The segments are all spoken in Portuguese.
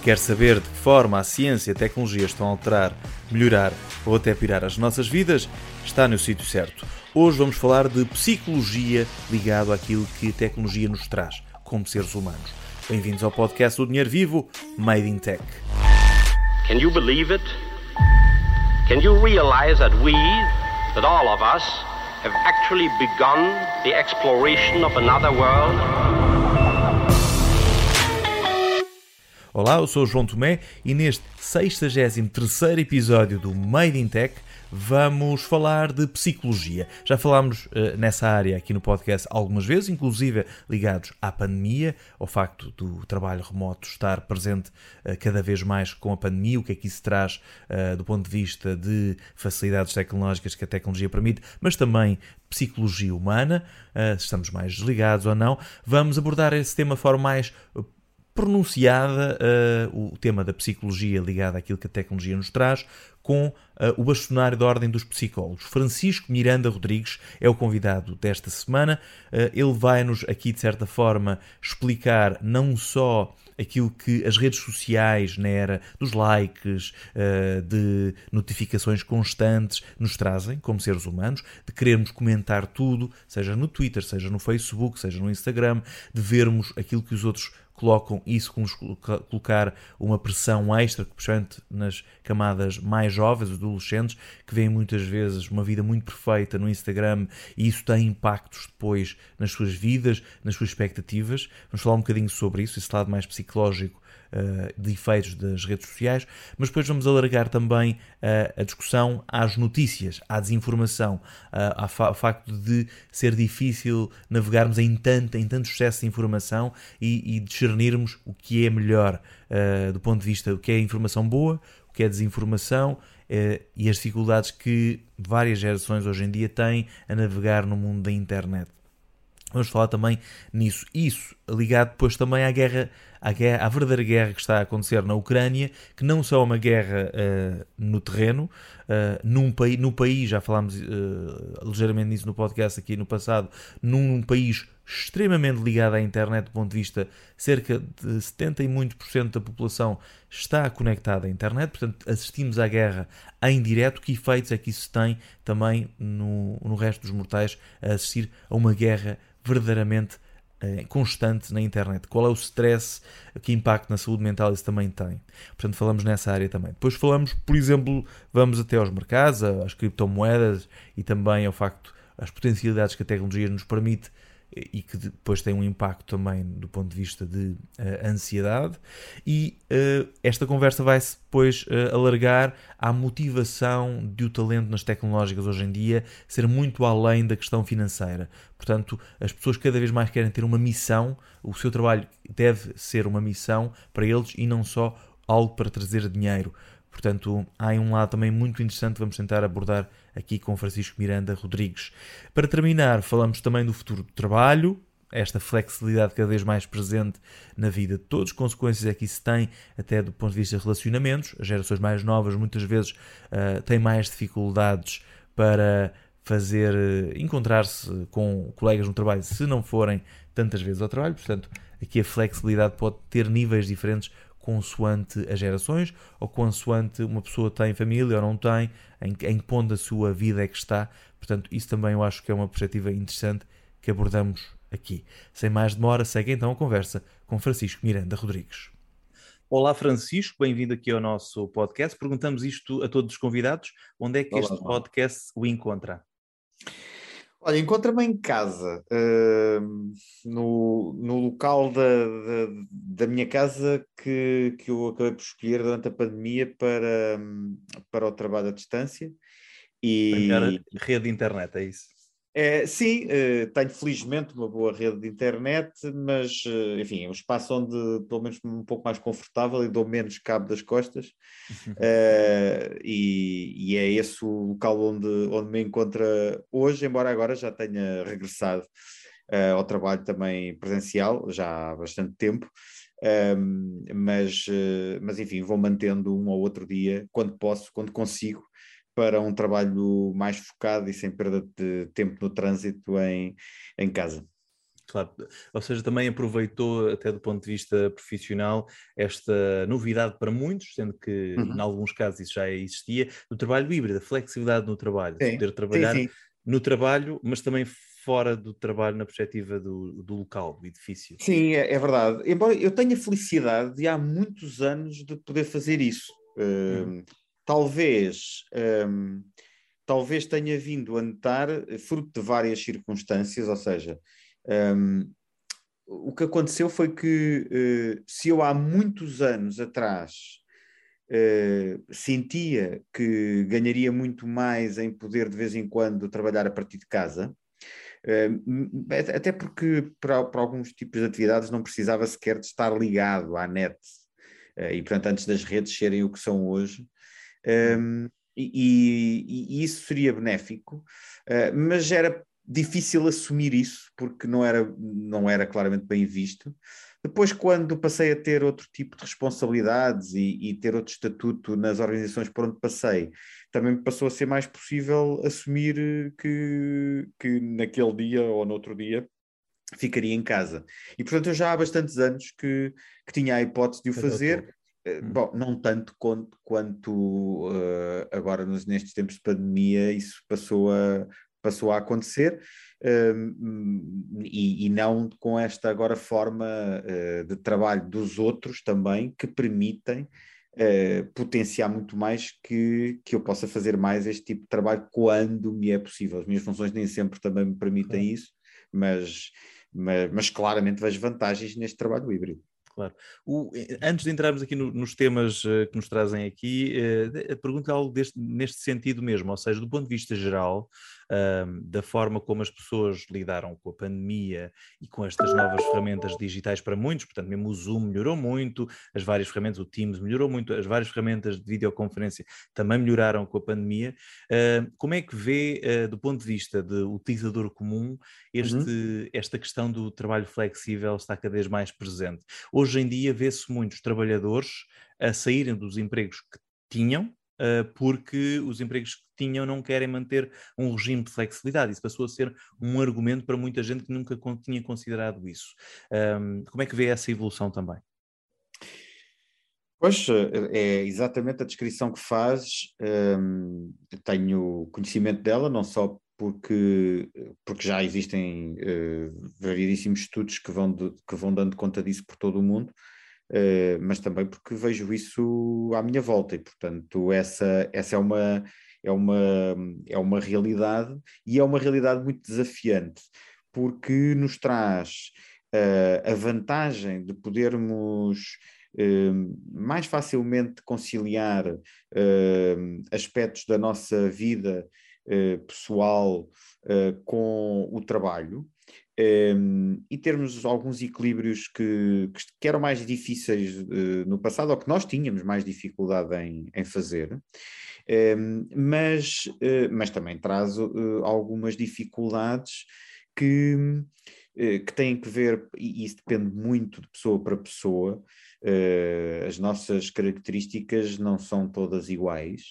Quer saber de que forma a ciência e a tecnologia estão a alterar, melhorar ou até piorar as nossas vidas? Está no sítio certo. Hoje vamos falar de psicologia ligado àquilo que a tecnologia nos traz como seres humanos. Bem-vindos ao podcast do Dinheiro Vivo, Made in Tech. Can you believe it? Can you realize that that all of us, have actually begun the exploration of another world? Olá, eu sou o João Tomé e neste 63º episódio do Made in Tech vamos falar de psicologia. Já falámos nessa área aqui no podcast algumas vezes, inclusive ligados à pandemia, ao facto do trabalho remoto estar presente cada vez mais com a pandemia, o que é que isso traz do ponto de vista de facilidades tecnológicas que a tecnologia permite, mas também psicologia humana, se estamos mais desligados ou não. Vamos abordar esse tema de forma mais pronunciada, o tema da psicologia ligado àquilo que a tecnologia nos traz, com o bastonário da Ordem dos Psicólogos. Francisco Miranda Rodrigues é o convidado desta semana. Ele vai-nos aqui, de certa forma, explicar não só aquilo que as redes sociais, na era dos likes, de notificações constantes, nos trazem como seres humanos, de querermos comentar tudo, seja no Twitter, seja no Facebook, seja no Instagram, de vermos aquilo que os outros colocam, isso com nos colocar uma pressão extra, principalmente nas camadas mais jovens, os adolescentes, que veem muitas vezes uma vida muito perfeita no Instagram e isso tem impactos depois nas suas vidas, nas suas expectativas. Vamos falar um bocadinho sobre isso, esse lado mais psicológico de efeitos das redes sociais, mas depois vamos alargar também a discussão às notícias, à desinformação, ao facto de ser difícil navegarmos em tanto excesso de informação e discernirmos o que é melhor do ponto de vista do que é informação boa, o que é desinformação e as dificuldades que várias gerações hoje em dia têm a navegar no mundo da internet. Vamos falar também nisso. Isso ligado depois também à verdadeira guerra que está a acontecer na Ucrânia, que não só é uma guerra no terreno, no país, já falámos ligeiramente nisso no podcast aqui no passado, num país extremamente ligado à internet do ponto de vista, cerca de 70 e muito por cento da população está conectada à internet, portanto assistimos à guerra em direto. Que efeitos é que isso tem também no resto dos mortais a assistir a uma guerra verdadeiramente constante na internet? Qual é o stress, que impacto na saúde mental isso também tem? Portanto, falamos nessa área também. Depois falamos, por exemplo, vamos até aos mercados, às criptomoedas e também ao facto, às potencialidades que a tecnologia nos permite e que depois tem um impacto também do ponto de vista de ansiedade. E esta conversa vai-se depois alargar à motivação do talento nas tecnológicas hoje em dia ser muito além da questão financeira. Portanto, as pessoas cada vez mais querem ter uma missão, o seu trabalho deve ser uma missão para eles e não só algo para trazer dinheiro. Portanto, há um lado também muito interessante que vamos tentar abordar aqui com Francisco Miranda Rodrigues. Para terminar, falamos também do futuro do trabalho, esta flexibilidade cada vez mais presente na vida de todos, consequências é que isso tem até do ponto de vista de relacionamentos. As gerações mais novas muitas vezes têm mais dificuldades para encontrar-se com colegas no trabalho se não forem tantas vezes ao trabalho. Portanto, aqui a flexibilidade pode ter níveis diferentes consoante as gerações, ou consoante uma pessoa tem família ou não tem, em que ponto da sua vida é que está. Portanto, isso também eu acho que é uma perspectiva interessante que abordamos aqui. Sem mais demora, segue então a conversa com Francisco Miranda Rodrigues. Olá Francisco, bem-vindo aqui ao nosso podcast. Perguntamos isto a todos os convidados, onde é que este podcast o encontra? Olha, encontra-me em casa, no local da minha casa que eu acabei por escolher durante a pandemia para o trabalho à distância. E a rede de internet, é isso? Sim, tenho felizmente uma boa rede de internet, mas, enfim, é um espaço onde, pelo menos, um pouco mais confortável e dou menos cabo das costas. E é esse o local onde me encontra hoje, embora agora já tenha regressado ao trabalho também presencial, já há bastante tempo. Mas, enfim, vou mantendo um ou outro dia, quando posso, quando consigo, para um trabalho mais focado e sem perda de tempo no trânsito em casa. Claro, ou seja, também aproveitou, até do ponto de vista profissional, esta novidade para muitos, sendo que em alguns casos isso já existia, do trabalho híbrido, a flexibilidade no trabalho, de Sim, poder sim, trabalhar sim. no trabalho, mas também fora do trabalho, na perspectiva do local, do edifício. Sim, é verdade. Embora eu tenha felicidade de há muitos anos de poder fazer isso. Uhum. Talvez, talvez tenha vindo a notar, fruto de várias circunstâncias, ou seja, hum, o que aconteceu foi que se eu há muitos anos atrás sentia que ganharia muito mais em poder de vez em quando trabalhar a partir de casa, até porque para alguns tipos de atividades não precisava sequer de estar ligado à net. E portanto, antes das redes serem o que são hoje, Uhum. e isso seria benéfico, mas era difícil assumir isso porque não era claramente bem visto. Depois, quando passei a ter outro tipo de responsabilidades e ter outro estatuto nas organizações por onde passei, também me passou a ser mais possível assumir que naquele dia ou no outro dia ficaria em casa. E portanto eu já há bastantes anos que tinha a hipótese de o Que adotou. fazer. Bom, não tanto quanto agora nestes tempos de pandemia isso passou a acontecer, e não com esta agora forma de trabalho dos outros também, que permitem potenciar muito mais que eu possa fazer mais este tipo de trabalho quando me é possível. As minhas funções nem sempre também me permitem Claro. isso, mas claramente vejo vantagens neste trabalho híbrido. Claro. Antes de entrarmos aqui nos temas que nos trazem aqui, pergunto algo neste sentido mesmo, ou seja, do ponto de vista geral, da forma como as pessoas lidaram com a pandemia e com estas novas ferramentas digitais para muitos, portanto, mesmo o Zoom melhorou muito, as várias ferramentas, o Teams melhorou muito, as várias ferramentas de videoconferência também melhoraram com a pandemia. Como é que vê, do ponto de vista de utilizador comum, esta questão do trabalho flexível está cada vez mais presente? Hoje em dia vê-se muitos trabalhadores a saírem dos empregos que tinham, porque os empregos que tinham não querem manter um regime de flexibilidade. Isso passou a ser um argumento para muita gente que nunca tinha considerado isso. Como é que vê essa evolução também? Pois, é exatamente a descrição que fazes. Tenho conhecimento dela, não só porque já existem variedíssimos estudos que vão dando conta disso por todo o mundo, mas também porque vejo isso à minha volta e, portanto, essa é uma realidade, e é uma realidade muito desafiante, porque nos traz a vantagem de podermos mais facilmente conciliar aspectos da nossa vida pessoal com o trabalho, e termos alguns equilíbrios que eram mais difíceis no passado, ou que nós tínhamos mais dificuldade em fazer, mas também traz algumas dificuldades que, que têm que ver, e isso depende muito de pessoa para pessoa. As nossas características não são todas iguais,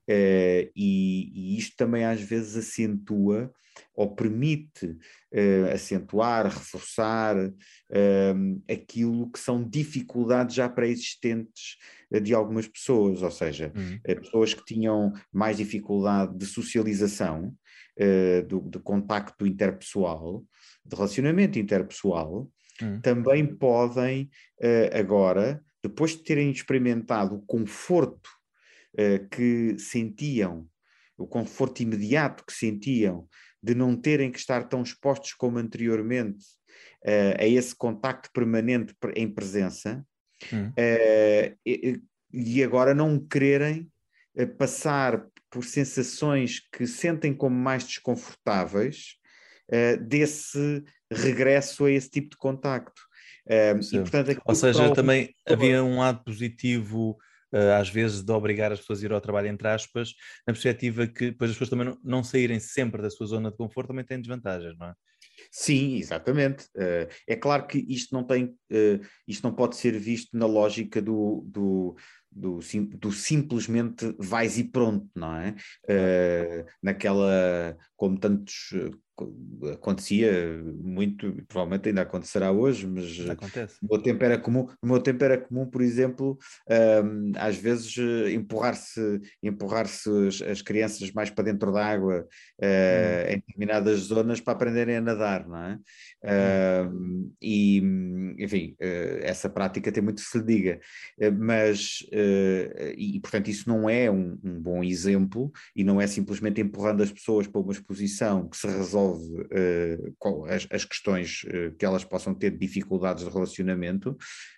e isto também às vezes acentua ou permite acentuar, reforçar aquilo que são dificuldades já pré-existentes de algumas pessoas, ou seja, pessoas que tinham mais dificuldade de socialização, de contacto interpessoal, de relacionamento interpessoal, também podem agora, depois de terem experimentado o conforto que sentiam, o conforto imediato que sentiam de não terem que estar tão expostos como anteriormente a esse contacto permanente em presença, e agora não quererem passar por sensações que sentem como mais desconfortáveis desse regresso a esse tipo de contacto. E, portanto, Ou aquilo para seja, algumas também pessoas... havia um lado positivo, às vezes, de obrigar as pessoas a ir ao trabalho, entre aspas, na perspectiva que depois as pessoas também não saírem sempre da sua zona de conforto, também têm desvantagens, não é? Sim, exatamente. É claro que isto não tem isto não pode ser visto na lógica do simplesmente vais e pronto, não é? Naquela, como tantos acontecia muito, e provavelmente ainda acontecerá hoje, mas Acontece. no meu tempo era comum, por exemplo, às vezes empurrar-se as crianças mais para dentro da água em determinadas zonas para aprenderem a nadar, não é? E, enfim, essa prática tem muito que se lhe diga, e portanto isso não é um bom exemplo e não é simplesmente empurrando as pessoas para uma exposição que se resolve com as questões que elas possam ter de dificuldades de relacionamento,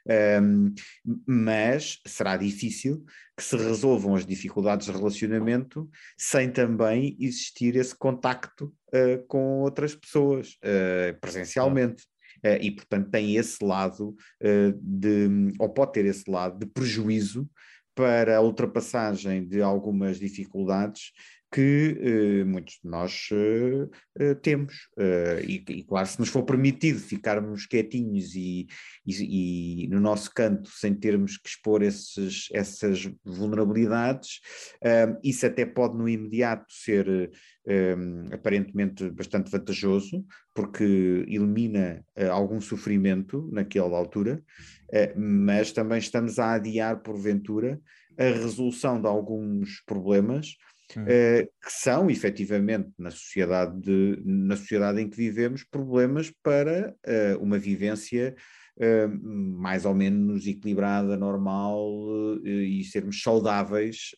mas será difícil que se resolvam as dificuldades de relacionamento sem também existir esse contacto com outras pessoas presencialmente. E, portanto, tem esse lado ou pode ter esse lado de prejuízo para a ultrapassagem de algumas dificuldades que muitos de nós temos. E, claro, se nos for permitido ficarmos quietinhos e no nosso canto sem termos que expor essas vulnerabilidades, isso até pode no imediato ser aparentemente bastante vantajoso, porque elimina algum sofrimento naquela altura, mas também estamos a adiar, porventura, a resolução de alguns problemas que são, efetivamente, na sociedade em que vivemos, problemas para uma vivência mais ou menos equilibrada, normal, e sermos saudáveis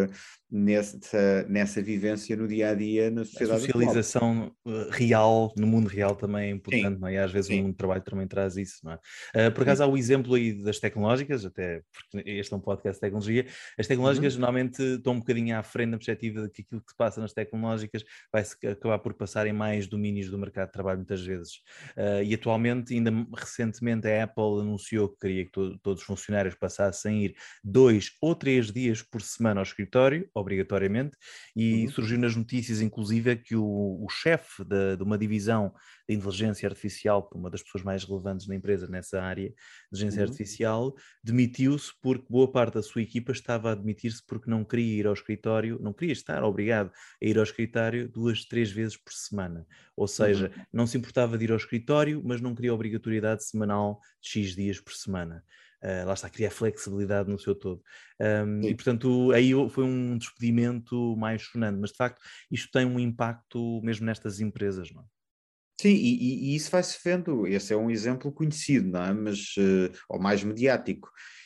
nessa vivência no dia a dia na A sociedade socialização real, no mundo real também é importante, sim, não é? E às vezes o sim. mundo do trabalho também traz isso, não é? Por acaso há o exemplo aí das tecnológicas, até porque este é um podcast de tecnologia, as tecnológicas normalmente estão um bocadinho à frente na perspectiva de que aquilo que se passa nas tecnológicas vai-se acabar por passar em mais domínios do mercado de trabalho muitas vezes. E atualmente, ainda recentemente, a Apple anunciou que queria que todos os funcionários passassem a ir 2 ou 3 dias por semana ao escritório, obrigatoriamente, e surgiu nas notícias, inclusive, que o chefe de uma divisão de inteligência artificial, uma das pessoas mais relevantes na empresa nessa área de inteligência artificial, demitiu-se porque boa parte da sua equipa estava a demitir-se porque não queria ir ao escritório, não queria estar obrigado a ir ao escritório 2, 3 vezes por semana. Ou seja, não se importava de ir ao escritório, mas não queria obrigatoriedade semanal de X dias por semana. Lá está, queria flexibilidade no seu todo. E, portanto, aí foi um despedimento mais sonante, mas de facto isto tem um impacto mesmo nestas empresas, não é? Sim, e isso vai-se vendo, esse é um exemplo conhecido, não é? Mas, ou mais mediático,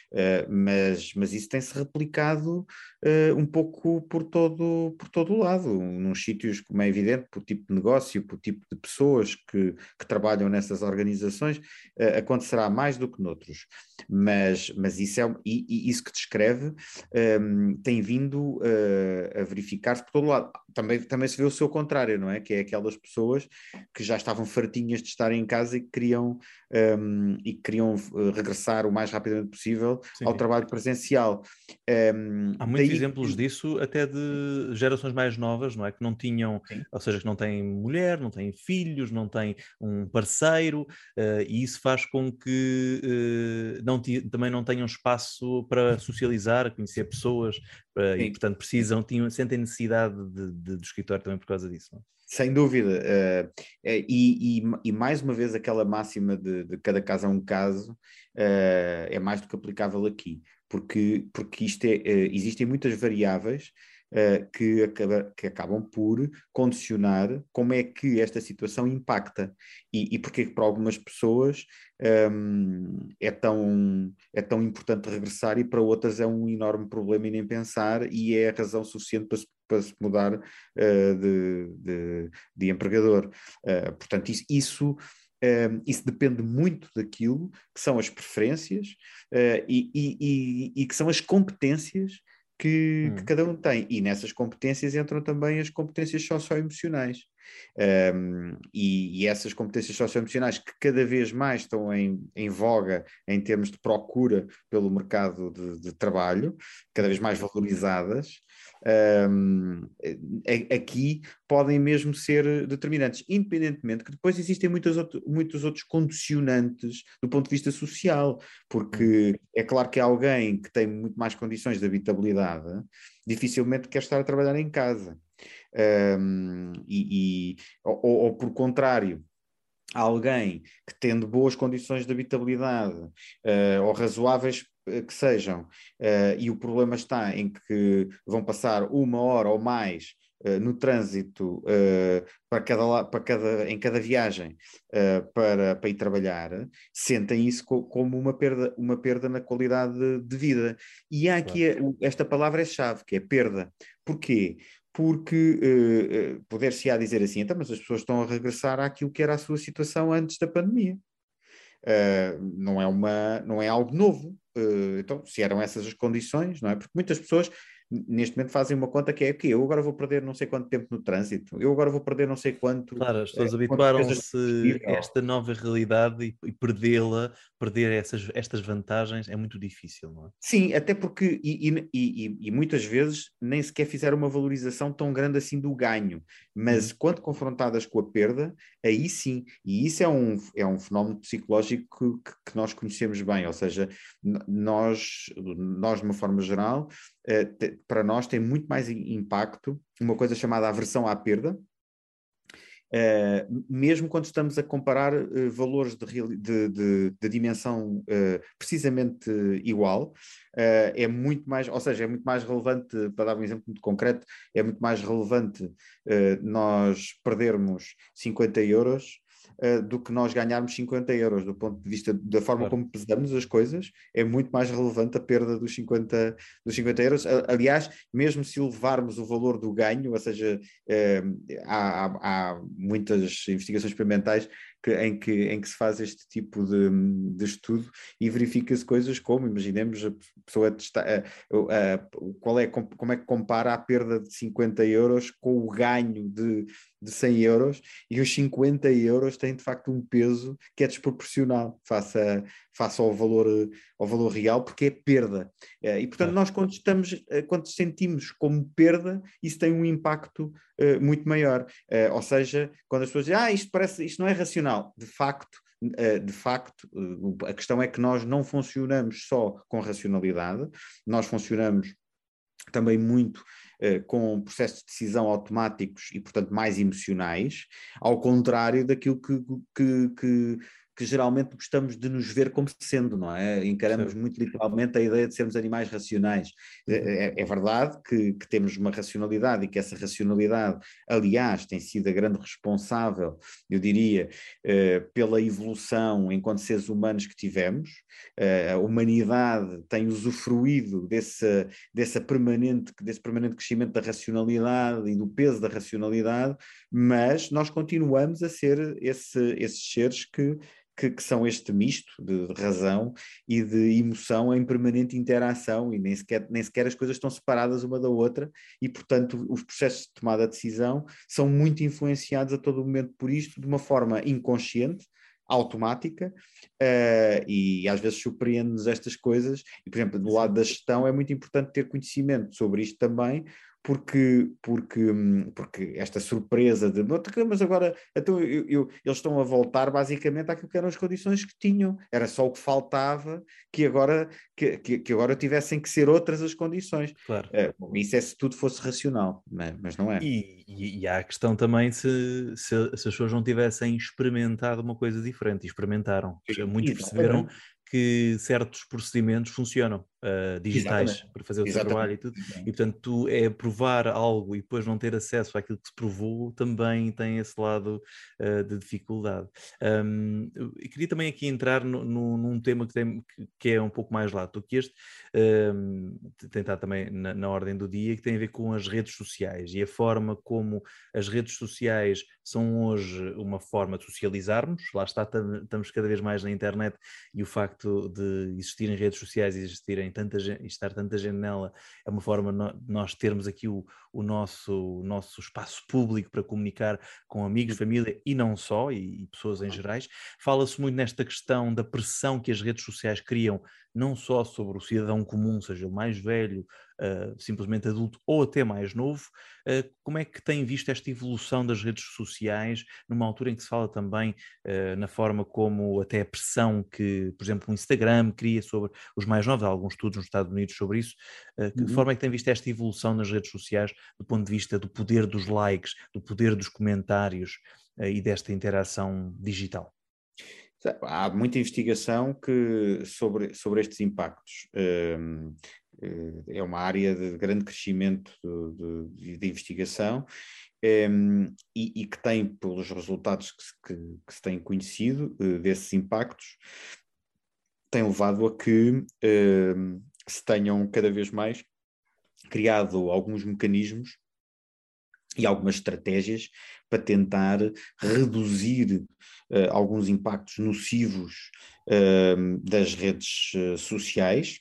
mas isso tem-se replicado um pouco por todo o lado, nos sítios, como é evidente, por tipo de negócio, por tipo de pessoas que trabalham nessas organizações, acontecerá mais do que noutros, mas isso, isso que descreve tem vindo a verificar-se por todo o lado. Também se vê o seu contrário, não é? Que é aquelas pessoas que já estavam fartinhas de estar em casa e que queriam regressar o mais rapidamente possível ao trabalho presencial. Há muitos exemplos disso, até de gerações mais novas, não é? Que não tinham, ou seja, que não têm mulher, não têm filhos, não têm um parceiro, e isso faz com que também não tenham espaço para socializar, conhecer pessoas, e portanto sentem necessidade do escritório também por causa disso, não é? Sem dúvida, e mais uma vez aquela máxima de cada caso é um caso, é mais do que aplicável aqui, porque isto existem muitas variáveis que acabam por condicionar como é que esta situação impacta e porque para algumas pessoas é tão importante regressar e para outras é um enorme problema e nem pensar, e é a razão suficiente para se mudar de empregador. Portanto, isso depende muito daquilo que são as preferências e que são as competências que cada um tem. E nessas competências entram também as competências socioemocionais. E essas competências socioemocionais que cada vez mais estão em voga em termos de procura pelo mercado de trabalho, cada vez mais valorizadas, aqui podem mesmo ser determinantes, independentemente que depois existem muitos outros condicionantes do ponto de vista social, porque é claro que alguém que tem muito mais condições de habitabilidade dificilmente quer estar a trabalhar em casa. Ou por contrário, alguém que tendo boas condições de habitabilidade ou razoáveis que sejam, e o problema está em que vão passar 1 hora ou mais no trânsito em cada viagem para ir trabalhar, sentem isso como uma perda na qualidade de vida. E há aqui esta palavra é chave, que é perda. Porquê? Porque poder-se-á dizer assim, então, mas as pessoas estão a regressar àquilo que era a sua situação antes da pandemia. Não é algo novo. Então, se eram essas as condições, não é? Porque muitas pessoas neste momento fazem uma conta que é que eu agora vou perder não sei quanto tempo no trânsito, eu agora vou perder não sei quanto. Claro, as pessoas habituaram-se a esta nova realidade e perdê-la, perder estas vantagens é muito difícil, não é? Sim, até porque, e muitas vezes nem sequer fizeram uma valorização tão grande assim do ganho, mas quando confrontadas com a perda, aí sim, e isso é um fenómeno psicológico que nós conhecemos bem, ou seja, nós de uma forma geral, para nós tem muito mais impacto uma coisa chamada aversão à perda. Mesmo quando estamos a comparar valores de dimensão precisamente igual, é muito mais, ou seja, é muito mais relevante, para dar um exemplo muito concreto, é muito mais relevante nós perdermos 50 euros do que nós ganharmos 50 euros, do ponto de vista da forma como pesamos as coisas, é muito mais relevante a perda dos 50 euros. Aliás, mesmo se levarmos o valor do ganho, ou seja, há muitas investigações experimentais em que se faz este tipo de estudo e verifica-se coisas como, imaginemos, a pessoa como é que compara a perda de 50 euros com o ganho de 100 euros, e os 50 euros têm de facto um peso que é desproporcional face ao valor real, porque é perda. E portanto nós quando sentimos como perda, isso tem um impacto muito maior. Ou seja, quando as pessoas dizem, isto não é racional, de facto, a questão é que nós não funcionamos só com racionalidade, nós funcionamos também muito com processos de decisão automáticos e, portanto, mais emocionais, ao contrário daquilo que geralmente gostamos de nos ver como sendo, não é? Encaramos muito literalmente a ideia de sermos animais racionais. É verdade que temos uma racionalidade e que essa racionalidade, aliás, tem sido a grande responsável, eu diria, pela evolução enquanto seres humanos que tivemos. A humanidade tem usufruído desse permanente crescimento da racionalidade e do peso da racionalidade, mas nós continuamos a ser esses seres que são este misto de razão e de emoção em permanente interação, e nem sequer as coisas estão separadas uma da outra, e portanto os processos de tomada de decisão são muito influenciados a todo momento por isto, de uma forma inconsciente, automática, e às vezes surpreende-nos estas coisas, e por exemplo, do lado da gestão é muito importante ter conhecimento sobre isto também, porque esta surpresa de, mas agora então eles estão a voltar basicamente àquilo que eram as condições que tinham, era só o que faltava que agora tivessem que ser outras as condições. Claro. Isso é se tudo fosse racional, mas não é. E há a questão também se as pessoas não tivessem experimentado uma coisa diferente, e experimentaram. Muitos perceberam que certos procedimentos funcionam, digitais, para fazer o seu trabalho e tudo. E, portanto, provar algo e depois não ter acesso àquilo que se provou também tem esse lado de dificuldade. Eu queria também aqui entrar num tema que é um pouco mais lato do que este, tentar também na ordem do dia, que tem a ver com as redes sociais e a forma como as redes sociais são hoje uma forma de socializarmos. Lá está, estamos cada vez mais na internet, e o facto de existirem redes sociais e existirem tanta gente, e estar tanta gente nela é uma forma de nós termos aqui o nosso espaço público para comunicar com amigos, família e não só, e pessoas em gerais. Fala-se muito nesta questão da pressão que as redes sociais criam, não só sobre o cidadão comum, seja o mais velho, simplesmente adulto ou até mais novo. Como é que tem visto esta evolução das redes sociais, numa altura em que se fala também na forma como até a pressão que, por exemplo, o Instagram cria sobre os mais novos, há alguns estudos nos Estados Unidos sobre isso. Que forma é que tem visto esta evolução nas redes sociais do ponto de vista do poder dos likes, do poder dos comentários e desta interação digital? Há muita investigação sobre estes impactos. É uma área de grande crescimento de investigação, e que tem, pelos resultados que se têm conhecido desses impactos, tem levado a que se tenham cada vez mais criado alguns mecanismos e algumas estratégias para tentar reduzir alguns impactos nocivos das redes sociais.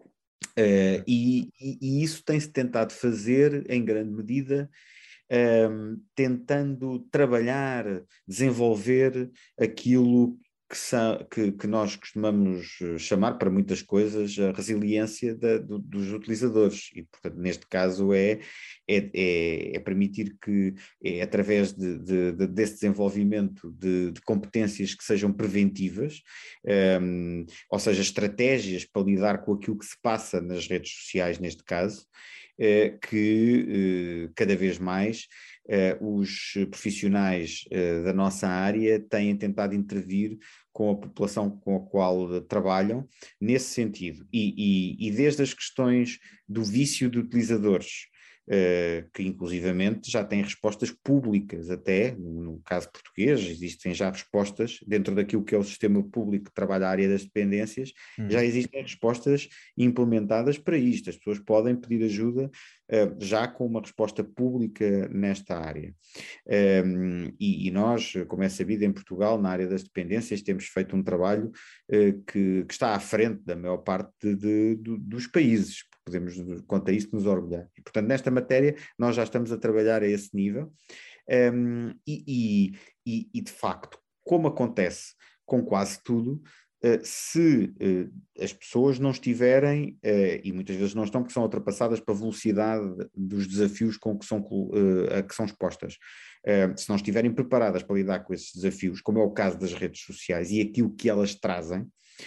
E isso tem-se tentado fazer em grande medida tentando trabalhar, desenvolver aquilo que nós costumamos chamar para muitas coisas a resiliência dos utilizadores, e portanto neste caso é permitir que através desse desenvolvimento de competências que sejam preventivas, ou seja, estratégias para lidar com aquilo que se passa nas redes sociais neste caso, que cada vez mais os profissionais da nossa área têm tentado intervir com a população com a qual trabalham nesse sentido. E desde as questões do vício de utilizadores, que inclusivamente já têm respostas públicas até, no caso português, existem já respostas dentro daquilo que é o sistema público que trabalha a área das dependências, já existem respostas implementadas para isto. As pessoas podem pedir ajuda já com uma resposta pública nesta área. E nós, como é sabido, em Portugal, na área das dependências, temos feito um trabalho que está à frente da maior parte dos países. Podemos, quanto a isso, nos orgulhar. E, portanto, nesta matéria, nós já estamos a trabalhar a esse nível. De facto, como acontece com quase tudo, se as pessoas não estiverem, e muitas vezes não estão, porque são ultrapassadas pela velocidade dos desafios a que são expostas, se não estiverem preparadas para lidar com esses desafios, como é o caso das redes sociais e aquilo que elas trazem,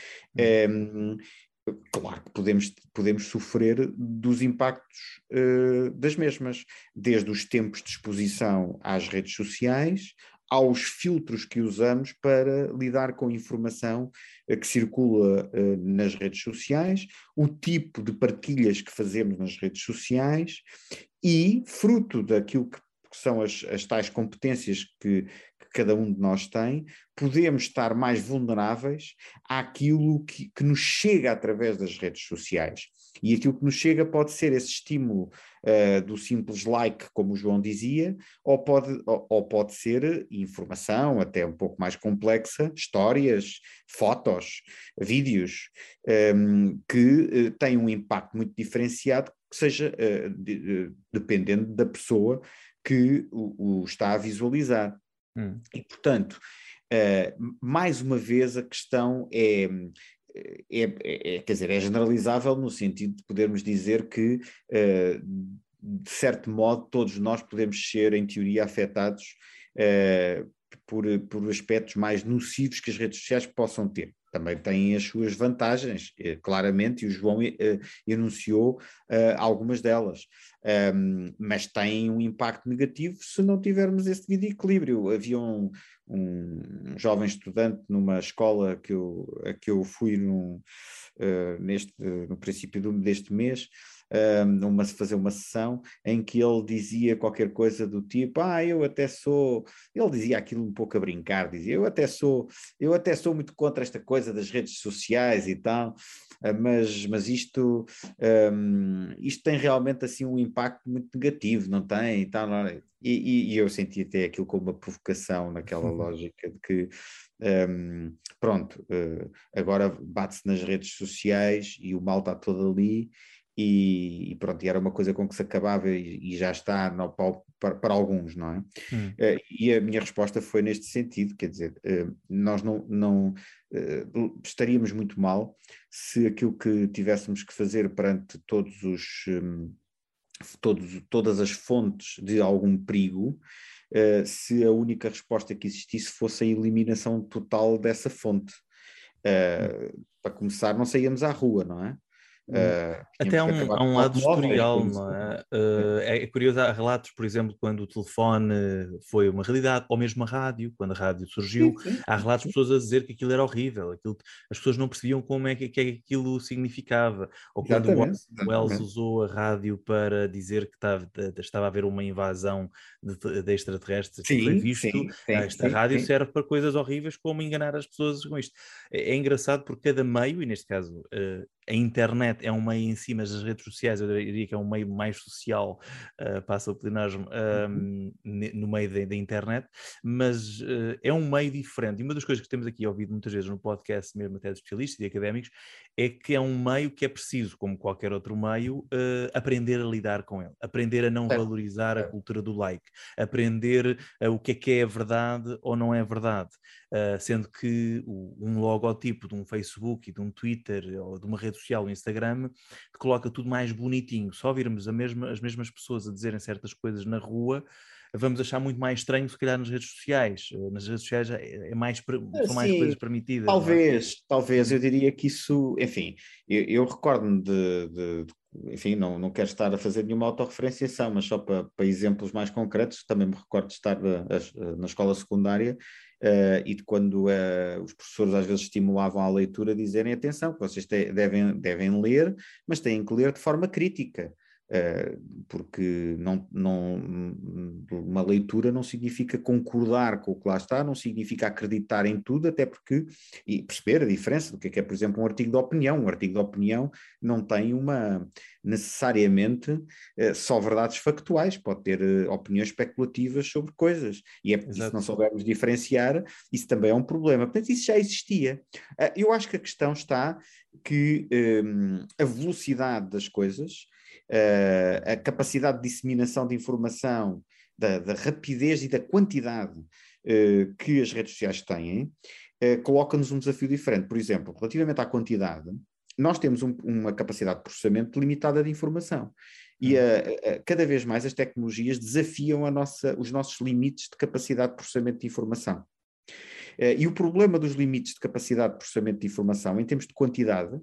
claro que podemos sofrer dos impactos das mesmas, desde os tempos de exposição às redes sociais, aos filtros que usamos para lidar com a informação que circula nas redes sociais, o tipo de partilhas que fazemos nas redes sociais e, fruto daquilo que são as tais competências que cada um de nós tem, podemos estar mais vulneráveis àquilo que nos chega através das redes sociais. E aquilo que nos chega pode ser esse estímulo do simples like, como o João dizia, ou pode ser informação até um pouco mais complexa, histórias, fotos, vídeos, que têm um impacto muito diferenciado, que seja dependendo da pessoa que o está a visualizar. E, portanto, mais uma vez a questão quer dizer, é generalizável no sentido de podermos dizer que, de certo modo, todos nós podemos ser, em teoria, afetados por aspectos mais nocivos que as redes sociais possam ter. Também têm as suas vantagens, claramente, e o João enunciou algumas delas, mas têm um impacto negativo se não tivermos esse devido equilíbrio. Havia um jovem estudante numa escola a que eu fui no princípio deste mês, fazer uma sessão em que ele dizia qualquer coisa do tipo, ele dizia aquilo um pouco a brincar, dizia, eu até sou muito contra esta coisa das redes sociais e tal, mas isto tem realmente assim um impacto muito negativo, não tem? E tal, não é? E eu senti até aquilo como uma provocação naquela lógica de que Pronto, agora bate-se nas redes sociais e o mal está todo ali. E pronto, e era uma coisa com que se acabava e já está para alguns, não é? E a minha resposta foi neste sentido, quer dizer, nós não estaríamos muito mal se aquilo que tivéssemos que fazer perante todas as fontes de algum perigo, se a única resposta que existisse fosse a eliminação total dessa fonte. Para começar, não saíamos à rua, não é? Até há um lado historial, não é? É curioso, há relatos, por exemplo, quando o telefone foi uma realidade, ou mesmo a rádio, quando a rádio surgiu, há relatos de pessoas a dizer que aquilo era horrível, as pessoas não percebiam como é que aquilo significava, ou quando o Wells usou a rádio para dizer que estava a haver uma invasão de extraterrestres, que foi visto, esta rádio serve para coisas horríveis como enganar as pessoas com isto. É engraçado porque cada meio, e neste caso a internet é um meio em si, mas as redes sociais eu diria que é um meio mais social, passa o pleonasmo, no meio da internet, mas é um meio diferente. E uma das coisas que temos aqui ouvido muitas vezes no podcast, mesmo até de especialistas e académicos, é que é um meio que é preciso, como qualquer outro meio, aprender a lidar com ele, aprender a não valorizar a cultura do like, aprender o que é verdade ou não é verdade. Sendo que um logotipo de um Facebook e de um Twitter ou de uma rede social, o Instagram, que coloca tudo mais bonitinho. Só virmos as mesmas pessoas a dizerem certas coisas na rua, vamos achar muito mais estranho, se calhar, nas redes sociais. Nas redes sociais são mais coisas permitidas. Talvez, eu diria que isso, enfim, eu recordo-me enfim, não quero estar a fazer nenhuma autorreferenciação, mas só para exemplos mais concretos, também me recordo de estar na escola secundária e de quando os professores às vezes estimulavam a leitura, dizerem atenção, que vocês devem ler, mas têm que ler de forma crítica. Porque uma leitura não significa concordar com o que lá está, não significa acreditar em tudo, até porque, e perceber a diferença do que é, por exemplo, um artigo de opinião. Um artigo de opinião não tem necessariamente só verdades factuais, pode ter opiniões especulativas sobre coisas, e se não soubermos diferenciar, isso também é um problema. Portanto, isso já existia. Eu acho que a questão está que a velocidade das coisas, a capacidade de disseminação de informação, da rapidez e da quantidade que as redes sociais têm, coloca-nos um desafio diferente. Por exemplo, relativamente à quantidade, nós temos uma capacidade de processamento limitada de informação. E cada vez mais as tecnologias desafiam os nossos limites de capacidade de processamento de informação. E o problema dos limites de capacidade de processamento de informação, em termos de quantidade,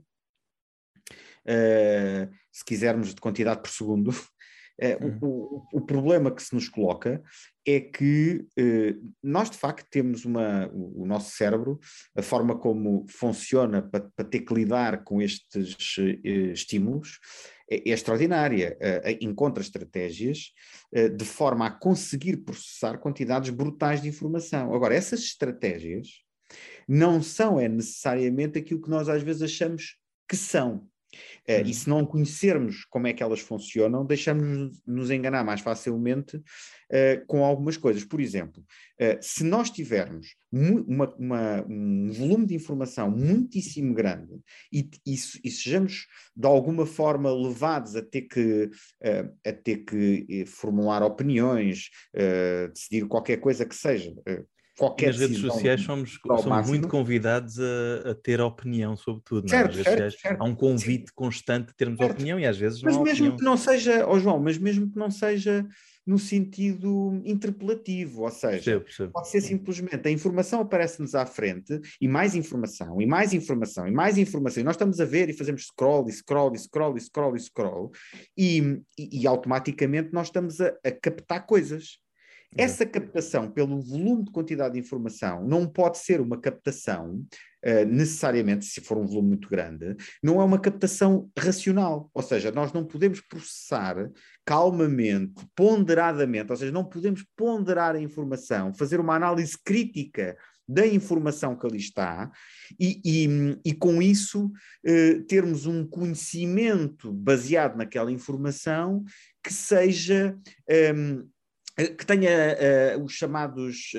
se quisermos de quantidade por segundo, o problema que se nos coloca é que nós de facto temos o nosso cérebro, a forma como funciona para ter que lidar com estes estímulos é extraordinária. Encontra estratégias de forma a conseguir processar quantidades brutais de informação. Agora, essas estratégias não são necessariamente aquilo que nós às vezes achamos que são. E se não conhecermos como é que elas funcionam, deixamos-nos enganar mais facilmente com algumas coisas. Por exemplo, se nós tivermos um volume de informação muitíssimo grande e sejamos de alguma forma levados a ter que formular opiniões, decidir qualquer coisa que seja, e nas redes sociais somos muito convidados a ter opinião sobre tudo. Certo, nas redes sociais certo. Há um convite constante de termos opinião e às vezes mas não há mesmo opinião. Que não seja, João, mas mesmo que não seja no sentido interpelativo, ou seja, percebo. Pode ser simplesmente a informação aparece-nos à frente e mais informação, e mais informação, e mais informação, e nós estamos a ver e fazemos scroll, e scroll, e scroll, e scroll, e scroll, e automaticamente nós estamos a captar coisas. Essa captação pelo volume de quantidade de informação não pode ser uma captação, necessariamente, se for um volume muito grande, não é uma captação racional. Ou seja, nós não podemos processar calmamente, ponderadamente, ou seja, não podemos ponderar a informação, fazer uma análise crítica da informação que ali está e com isso termos um conhecimento baseado naquela informação que seja que tenha os chamados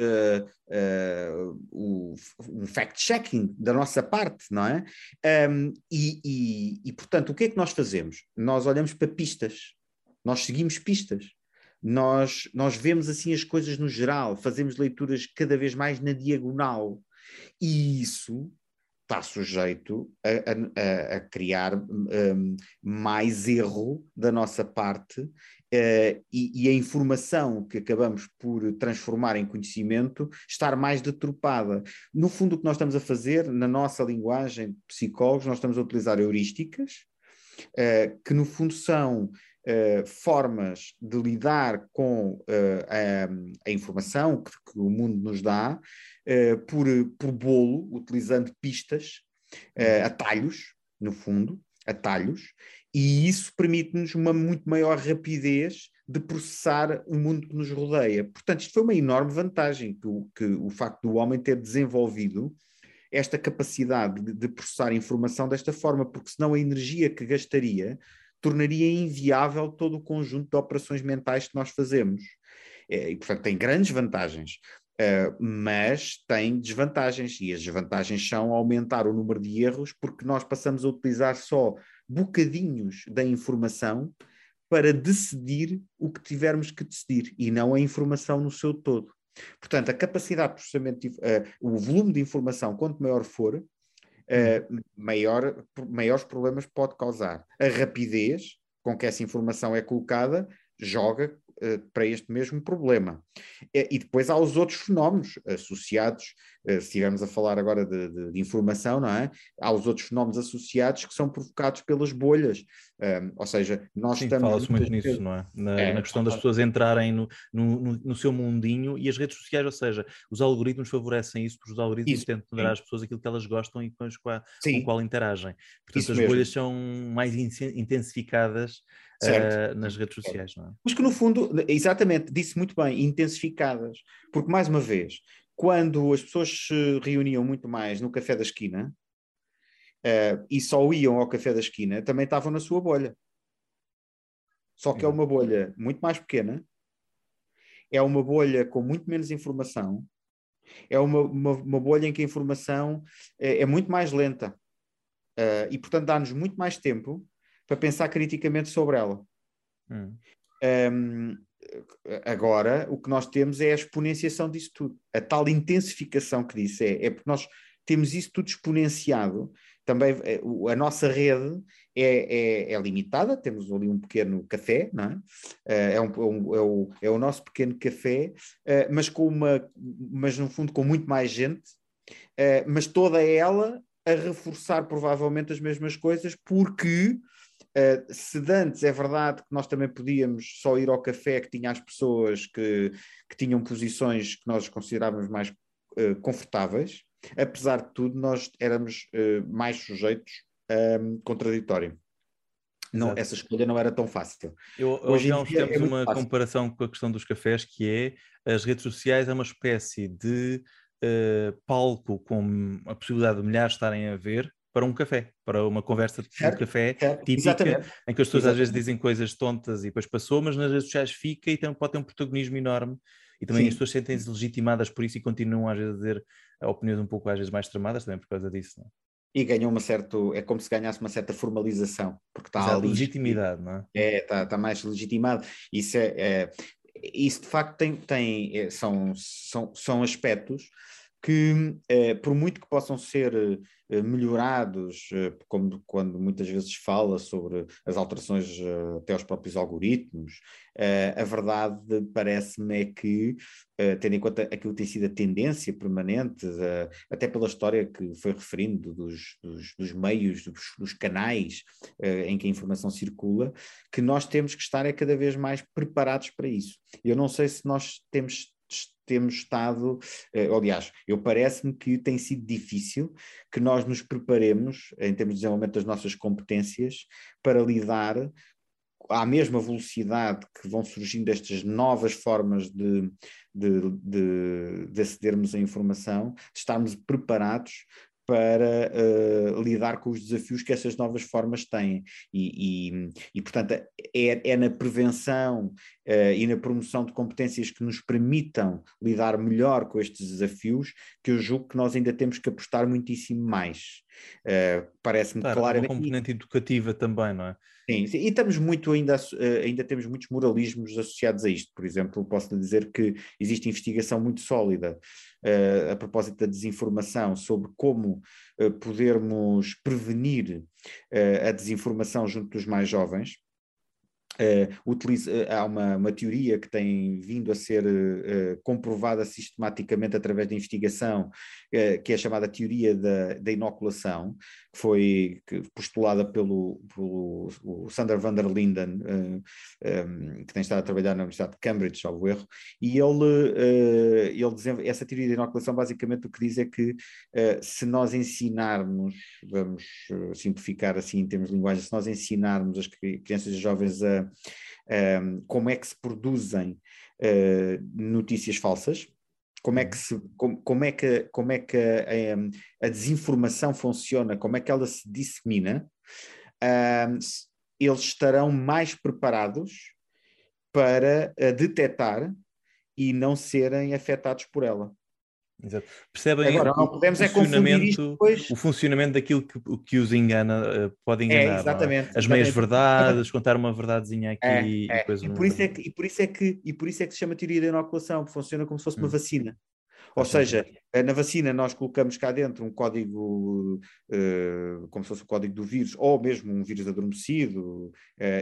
um fact-checking da nossa parte, não é? Portanto, o que é que nós fazemos? Nós olhamos para pistas, nós seguimos pistas, nós vemos assim as coisas no geral, fazemos leituras cada vez mais na diagonal, e isso está sujeito a criar mais erro da nossa parte, e a informação que acabamos por transformar em conhecimento estar mais deturpada. No fundo, o que nós estamos a fazer, na nossa linguagem de psicólogos, nós estamos a utilizar heurísticas, que no fundo são formas de lidar com a informação que o mundo nos dá, por bolo, utilizando pistas, atalhos, no fundo, atalhos, e isso permite-nos uma muito maior rapidez de processar o mundo que nos rodeia. Portanto, isto foi uma enorme vantagem, que o facto do homem ter desenvolvido esta capacidade de processar informação desta forma, porque senão a energia que gastaria tornaria inviável todo o conjunto de operações mentais que nós fazemos. E, portanto, tem grandes vantagens, mas tem desvantagens, e as desvantagens são aumentar o número de erros, porque nós passamos a utilizar só bocadinhos da informação para decidir o que tivermos que decidir, e não a informação no seu todo. Portanto, a capacidade de processamento, o volume de informação, quanto maior for, maiores problemas pode causar. A rapidez com que essa informação é colocada joga para este mesmo problema. E depois há os outros fenómenos associados, se estivermos a falar agora de informação, não é? Há os outros fenómenos associados que são provocados pelas bolhas. Ou seja, nós Sim, estamos... fala-se muito nisso, não é? Na questão das pessoas entrarem no seu mundinho, e as redes sociais, ou seja, os algoritmos favorecem isso, porque os algoritmos tentam dar às pessoas aquilo que elas gostam e com o qual interagem. Portanto, isso as mesmo. bolhas são mais intensificadas nas redes sociais, não é? Mas que no fundo, exatamente, disse muito bem, intensificadas, porque mais uma vez, quando as pessoas se reuniam muito mais no café da esquina, e só iam ao café da esquina, também estavam na sua bolha. Só que é uma bolha muito mais pequena, é uma bolha com muito menos informação, é uma bolha em que a informação é muito mais lenta, e portanto dá-nos muito mais tempo para pensar criticamente sobre ela. Agora, o que nós temos é a exponenciação disso tudo. A tal intensificação que disse é porque nós temos isso tudo exponenciado. Também a nossa rede é limitada, temos ali um pequeno café, não é? É o nosso pequeno café, mas no fundo com muito mais gente, mas toda ela a reforçar provavelmente as mesmas coisas, porque se de antes é verdade que nós também podíamos só ir ao café que tinha as pessoas que tinham posições que nós considerávamos mais confortáveis, apesar de tudo nós éramos mais sujeitos a contraditório. Não, essa escolha não era tão fácil. Eu ouvi há uns tempos uma comparação com a questão dos cafés, que é as redes sociais é uma espécie de palco com a possibilidade de milhares estarem a ver para um café, para uma conversa de café típica, exatamente, em que as pessoas às vezes dizem coisas tontas e depois passou, mas nas redes sociais fica e pode ter um protagonismo enorme, e também as pessoas sentem-se legitimadas por isso e continuam às vezes a dizer opiniões um pouco às vezes mais extremadas também por causa disso, não é? E ganhou é como se ganhasse uma certa formalização, porque está ali... legitimidade, não é? Está mais legitimado. Isso de facto são aspectos que, por muito que possam ser melhorados, como quando muitas vezes fala sobre as alterações até aos próprios algoritmos, a verdade parece-me é que, tendo em conta aquilo que tem sido a tendência permanente, até pela história que foi referindo dos meios, dos canais em que a informação circula, que nós temos que estar cada vez mais preparados para isso. Eu não sei se nós temos estado, aliás, parece-me que tem sido difícil que nós nos preparemos, em termos de desenvolvimento das nossas competências, para lidar à mesma velocidade que vão surgindo estas novas formas de acedermos à informação, de estarmos preparados para lidar com os desafios que essas novas formas têm. Portanto, é na prevenção e na promoção de competências que nos permitam lidar melhor com estes desafios que eu julgo que nós ainda temos que apostar muitíssimo mais. Parece-me Claro, uma claramente. componente educativa também, não é? Sim, sim. E estamos muito ainda temos muitos moralismos associados a isto. Por exemplo, posso lhe dizer que existe investigação muito sólida a propósito da desinformação sobre como podermos prevenir a desinformação junto dos mais jovens. Há uma teoria que tem vindo a ser comprovada sistematicamente através da investigação, que é a chamada teoria da inoculação, que foi postulada pelo o Sander van der Linden, que tem estado a trabalhar na Universidade de Cambridge, salvo erro, e ele essa teoria da inoculação basicamente o que diz é que se nós ensinarmos, vamos simplificar assim em termos de linguagem, se nós ensinarmos as crianças e jovens como é que se produzem notícias falsas, como é que a desinformação funciona, como é que ela se dissemina, eles estarão mais preparados para detectar e não serem afetados por ela. Exato. Percebem agora, não podemos confundir isto depois. O funcionamento daquilo que os engana, pode enganar. Exatamente, as meias verdades, contar uma verdadezinha aqui e depois e por isso é que se chama teoria da inoculação, porque funciona como se fosse uma vacina. Ou seja, na vacina nós colocamos cá dentro um código, como se fosse o código do vírus, ou mesmo um vírus adormecido,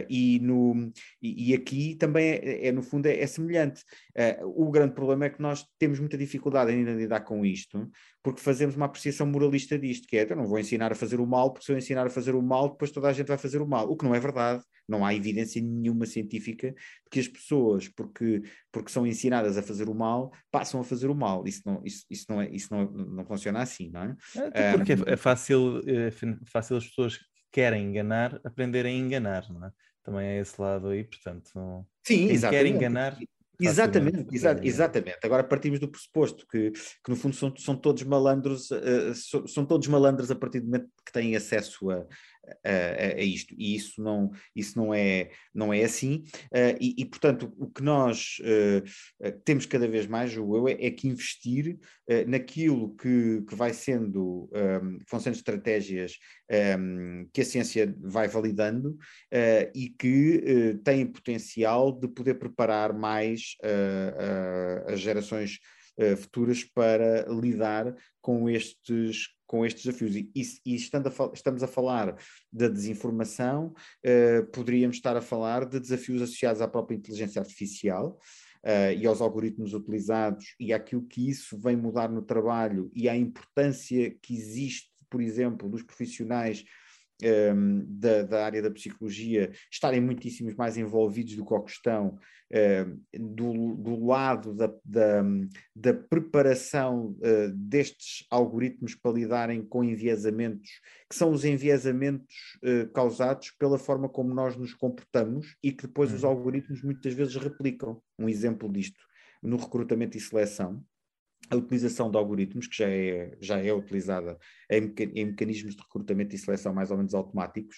e aqui também no fundo é semelhante. O grande problema é que nós temos muita dificuldade ainda em lidar com isto, porque fazemos uma apreciação moralista disto, que é, eu não vou ensinar a fazer o mal, porque se eu ensinar a fazer o mal, depois toda a gente vai fazer o mal, o que não é verdade. Não há evidência nenhuma científica de que as pessoas, porque são ensinadas a fazer o mal, passam a fazer o mal. Isso não funciona assim, não é? Até porque é fácil as pessoas que querem enganar aprenderem a enganar, não é? Também é esse lado aí, portanto, sim, quem exatamente. quer enganar. Exatamente. Agora partimos do pressuposto que no fundo são todos malandros, a partir do momento que têm acesso a isto, e isso não é assim, portanto o que nós temos cada vez mais, é que investir naquilo que vai sendo, vão sendo estratégias que a ciência vai validando e que têm potencial de poder preparar mais as gerações futuras para lidar com estes desafios. E estamos a falar da desinformação, poderíamos estar a falar de desafios associados à própria inteligência artificial e aos algoritmos utilizados e àquilo que isso vem mudar no trabalho e à importância que existe, por exemplo, dos profissionais da área da psicologia estarem muitíssimos mais envolvidos do que o que estão do lado da preparação destes algoritmos para lidarem com enviesamentos, que são os enviesamentos causados pela forma como nós nos comportamos e que depois os algoritmos muitas vezes replicam. Um exemplo disto, no recrutamento e seleção, a utilização de algoritmos, que já é utilizada em mecanismos de recrutamento e seleção mais ou menos automáticos,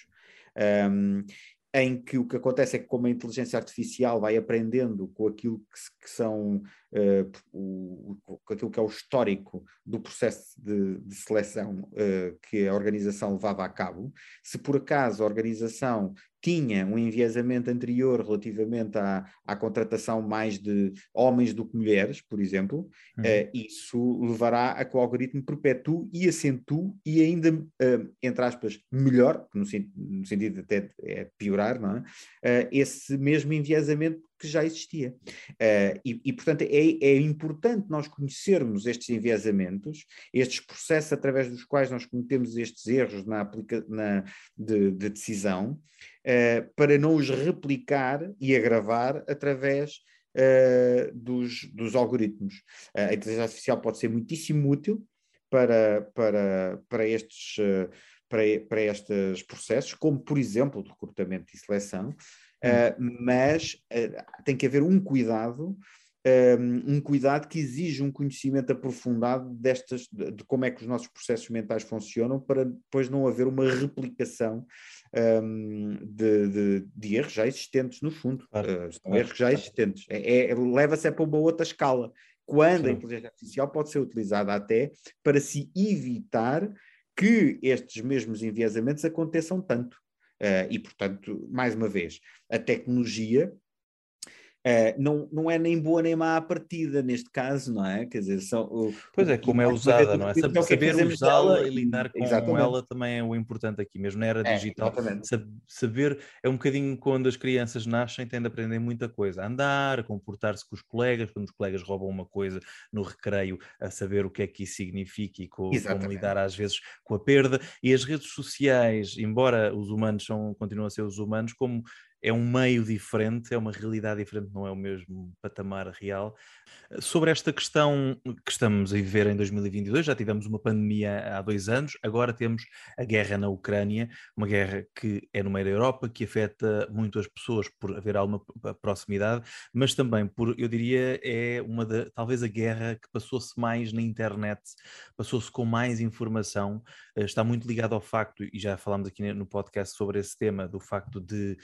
em que o que acontece é que, como a inteligência artificial vai aprendendo com aquilo que são com aquilo que é o histórico do processo de seleção que a organização levava a cabo, se por acaso a organização tinha um enviesamento anterior relativamente à contratação mais de homens do que mulheres, por exemplo, isso levará a que o algoritmo perpetue e acentue e ainda, entre aspas, melhor, no sentido de até piorar, não é? Esse mesmo enviesamento que já existia. Portanto, é importante nós conhecermos estes enviesamentos, estes processos através dos quais nós cometemos estes erros de decisão, para não os replicar e agravar através dos algoritmos. A inteligência artificial pode ser muitíssimo útil para estes processos, como, por exemplo, de recrutamento e seleção, mas tem que haver um cuidado um cuidado que exige um conhecimento aprofundado de como é que os nossos processos mentais funcionam, para depois não haver uma replicação de erros já existentes, no fundo. São erros já existentes. Leva-se para uma outra escala. Quando a inteligência artificial pode ser utilizada até para se evitar que estes mesmos enviesamentos aconteçam tanto. E, portanto, mais uma vez, a tecnologia não é nem boa nem má à partida, neste caso, não é? Quer dizer, pois é, como é usada, não é? Saber usá-la e lidar com ela também é o importante aqui, mesmo na era digital. Saber é um bocadinho quando as crianças nascem, têm de aprender muita coisa, a andar, a comportar-se com os colegas, quando os colegas roubam uma coisa no recreio, a saber o que é que isso significa e como lidar às vezes com a perda. E as redes sociais, embora os humanos continuam a ser os humanos, como é um meio diferente, é uma realidade diferente, não é o mesmo patamar real. Sobre esta questão que estamos a viver em 2022, já tivemos uma pandemia há 2 anos, agora temos a guerra na Ucrânia, uma guerra que é no meio da Europa, que afeta muito as pessoas por haver alguma proximidade, mas também por, eu diria, talvez a guerra que passou-se mais na internet, passou-se com mais informação, está muito ligado ao facto, e já falámos aqui no podcast sobre esse tema, do facto de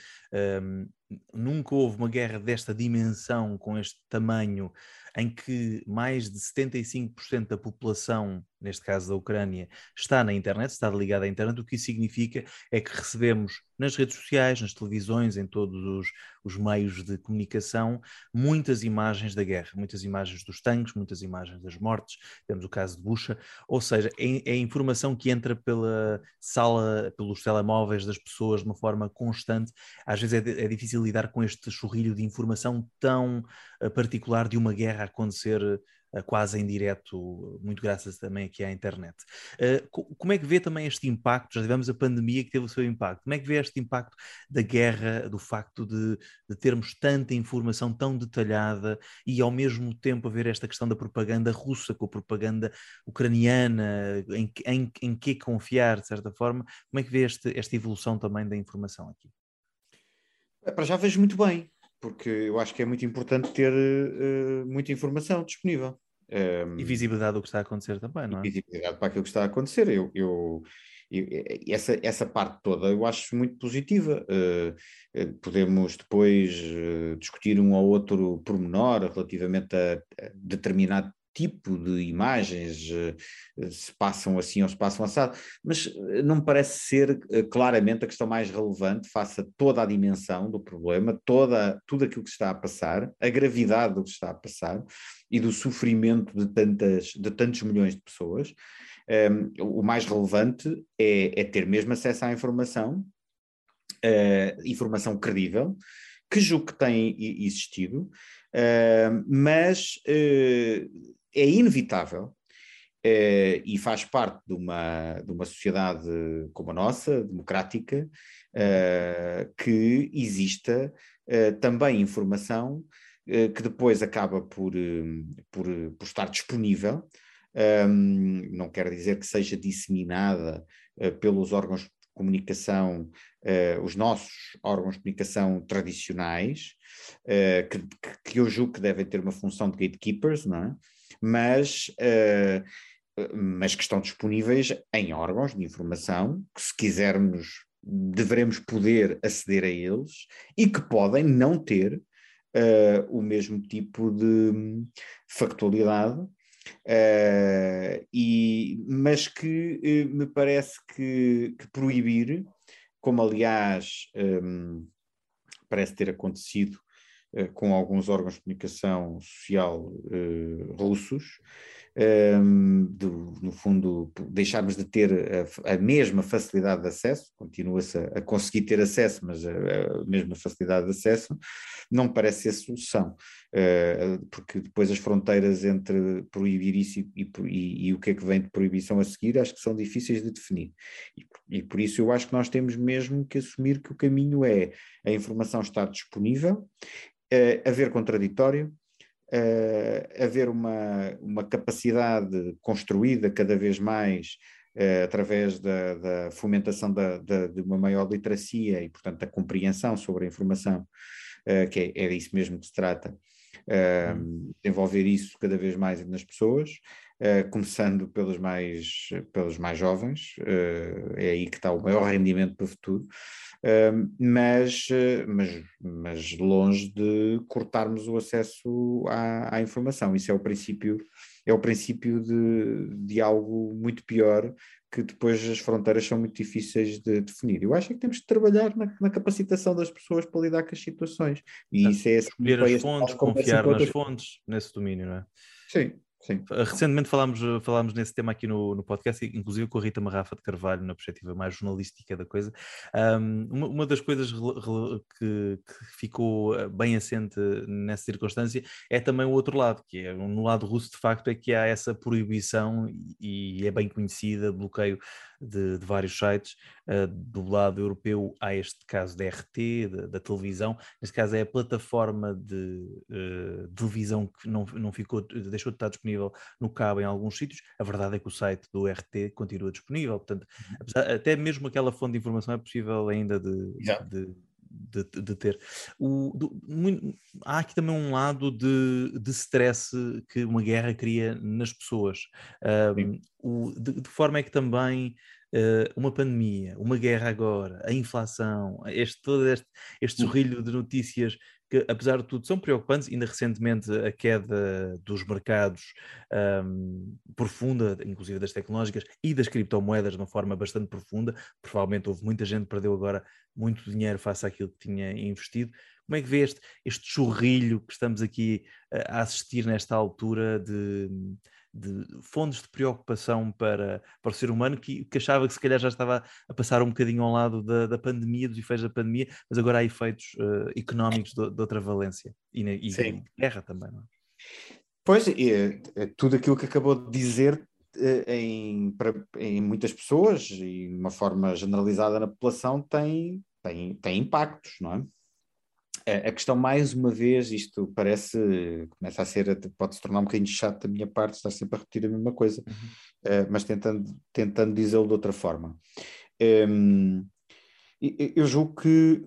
nunca houve uma guerra desta dimensão, com este tamanho, em que mais de 75% da população, neste caso da Ucrânia, está na internet, está ligada à internet. O que isso significa é que recebemos nas redes sociais, nas televisões, em todos os meios de comunicação, muitas imagens da guerra, muitas imagens dos tanques, muitas imagens das mortes. Temos o caso de Bucha, ou seja, é informação que entra pela sala, pelos telemóveis das pessoas de uma forma constante. Às vezes é difícil lidar com este chorrilho de informação tão particular de uma guerra a acontecer quase em direto, muito graças também aqui à internet. Como é que vê também este impacto? Já tivemos a pandemia que teve o seu impacto. Como é que vê este impacto da guerra, do facto de termos tanta informação tão detalhada e ao mesmo tempo haver esta questão da propaganda russa com a propaganda ucraniana, em que confiar, de certa forma? Como é que vê esta evolução também da informação aqui? Para já vejo muito bem, porque eu acho que é muito importante ter muita informação disponível. E visibilidade do que está a acontecer também, não é? E visibilidade para aquilo que está a acontecer. Essa parte toda eu acho muito positiva. Podemos depois discutir um ou outro pormenor relativamente a determinado tipo de imagens, se passam assim ou se passam assado, mas não me parece ser claramente a questão mais relevante face a toda a dimensão do problema, tudo aquilo que se está a passar, a gravidade do que se está a passar e do sofrimento de tantos milhões de pessoas. O mais relevante é ter mesmo acesso à informação, informação credível, que julgo que tem existido, mas é inevitável, e faz parte de uma sociedade como a nossa, democrática, que exista também informação que depois acaba por estar disponível. Não quer dizer que seja disseminada pelos órgãos de comunicação, os nossos órgãos de comunicação tradicionais, que eu julgo que devem ter uma função de gatekeepers, não é? Mas que estão disponíveis em órgãos de informação, que se quisermos devemos poder aceder a eles, e que podem não ter o mesmo tipo de factualidade, mas que me parece que proibir, como aliás parece ter acontecido com alguns órgãos de comunicação social russos, no fundo deixarmos de ter a mesma facilidade de acesso, continua-se a conseguir ter acesso, mas a mesma facilidade de acesso, não me parece ser solução, porque depois as fronteiras entre proibir isso e o que é que vem de proibição a seguir, acho que são difíceis de definir, e por isso eu acho que nós temos mesmo que assumir que o caminho é a informação estar disponível, haver contraditório, haver uma capacidade construída cada vez mais através da fomentação de uma maior literacia e, portanto, da compreensão sobre a informação, que é disso mesmo que se trata, desenvolver isso cada vez mais nas pessoas, começando pelos mais jovens, é aí que está o maior rendimento para o futuro, mas longe de cortarmos o acesso à informação. Isso é o princípio de algo muito pior, que depois as fronteiras são muito difíceis de definir. Eu acho que temos de trabalhar na capacitação das pessoas para lidar com as situações. E isso é assim, escolher as fontes, confiar nas outras... fontes, nesse domínio, não é? Sim. Sim. Recentemente falámos nesse tema aqui no podcast, inclusive com a Rita Marrafa de Carvalho, na perspectiva mais jornalística da coisa. Uma das coisas que ficou bem assente nessa circunstância é também o outro lado, que é no lado russo, de facto, é que há essa proibição, e é bem conhecida, bloqueio de vários sites. Do lado europeu há este caso da RT, da televisão. Neste caso é a plataforma de televisão que não ficou, deixou de estar disponível no cabo em alguns sítios. A verdade é que o site do RT continua disponível, portanto, até mesmo aquela fonte de informação é possível ainda de ter. Há aqui também um lado de stress que uma guerra cria nas pessoas. De forma é que também uma pandemia, uma guerra agora, a inflação, todo este sorrilho de notícias que, apesar de tudo, são preocupantes. Ainda recentemente a queda dos mercados profunda, inclusive das tecnológicas e das criptomoedas, de uma forma bastante profunda. Provavelmente houve muita gente que perdeu agora muito dinheiro face àquilo que tinha investido. Como é que vê este chorrilho que estamos aqui a assistir nesta altura de fontes de preocupação para o ser humano, que achava que se calhar já estava a passar um bocadinho ao lado da pandemia, dos efeitos da pandemia, mas agora há efeitos económicos de outra valência e guerra também, não é? Pois, tudo aquilo que acabou de dizer em muitas pessoas e de uma forma generalizada na população tem impactos, não é? A questão, mais uma vez, isto começa a ser, pode-se tornar um bocadinho chato da minha parte, estar sempre a repetir a mesma coisa, mas tentando dizê-lo de outra forma. Eu julgo que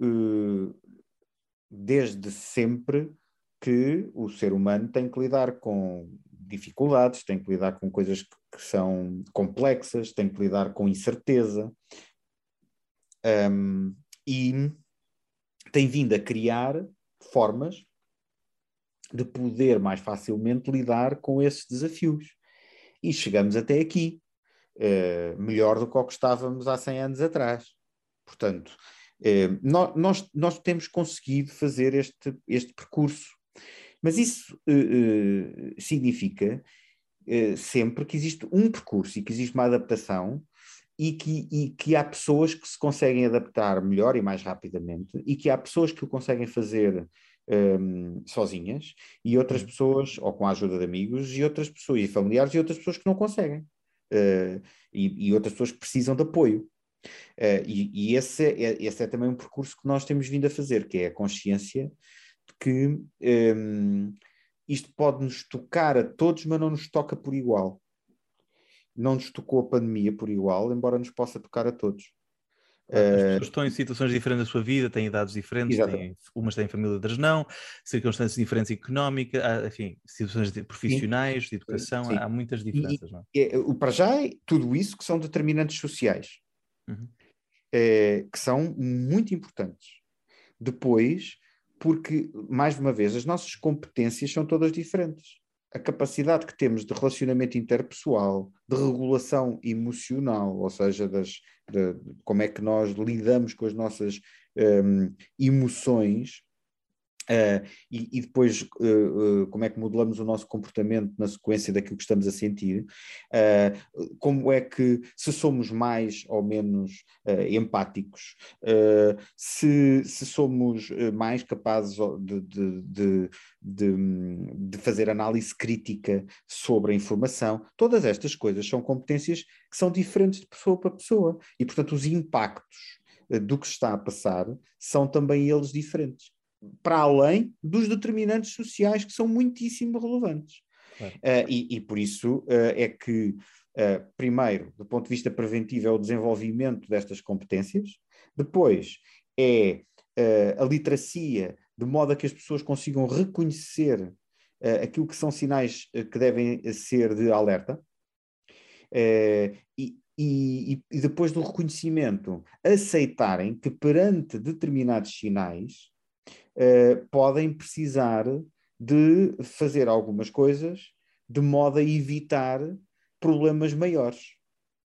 desde sempre que o ser humano tem que lidar com dificuldades, tem que lidar com coisas que são complexas, tem que lidar com incerteza, e tem vindo a criar formas de poder mais facilmente lidar com esses desafios. E chegamos até aqui, melhor do que o que estávamos há 100 anos atrás. Portanto, nós temos conseguido fazer este percurso. Mas isso significa sempre que existe um percurso e que existe uma adaptação, e que há pessoas que se conseguem adaptar melhor e mais rapidamente, e que há pessoas que o conseguem fazer sozinhas, e outras pessoas, ou com a ajuda de amigos, e outras pessoas, e familiares, e outras pessoas que não conseguem, e outras pessoas que precisam de apoio. E esse é também um percurso que nós temos vindo a fazer, que é a consciência de que isto pode nos tocar a todos, mas não nos toca por igual. Não nos tocou a pandemia por igual, embora nos possa tocar a todos. As pessoas estão em situações diferentes da sua vida, têm idades diferentes, umas têm família, outras não, circunstâncias diferentes económicas, enfim, situações profissionais, de educação, há muitas diferenças. Não é? Para já, tudo isso que são determinantes sociais, que são muito importantes. Depois, porque, mais uma vez, as nossas competências são todas diferentes. A capacidade que temos de relacionamento interpessoal, de regulação emocional, ou seja, de como é que nós lidamos com as nossas emoções, e depois como é que modelamos o nosso comportamento na sequência daquilo que estamos a sentir, como é que, se somos mais ou menos empáticos, se somos mais capazes de fazer análise crítica sobre a informação. Todas estas coisas são competências que são diferentes de pessoa para pessoa, e portanto os impactos do que se está a passar são também eles diferentes, para além dos determinantes sociais que são muitíssimo relevantes. Claro. E por isso é que, primeiro, do ponto de vista preventivo, é o desenvolvimento destas competências, depois é a literacia de modo a que as pessoas consigam reconhecer aquilo que são sinais que devem ser de alerta, e depois do reconhecimento aceitarem que perante determinados sinais podem precisar de fazer algumas coisas de modo a evitar problemas maiores.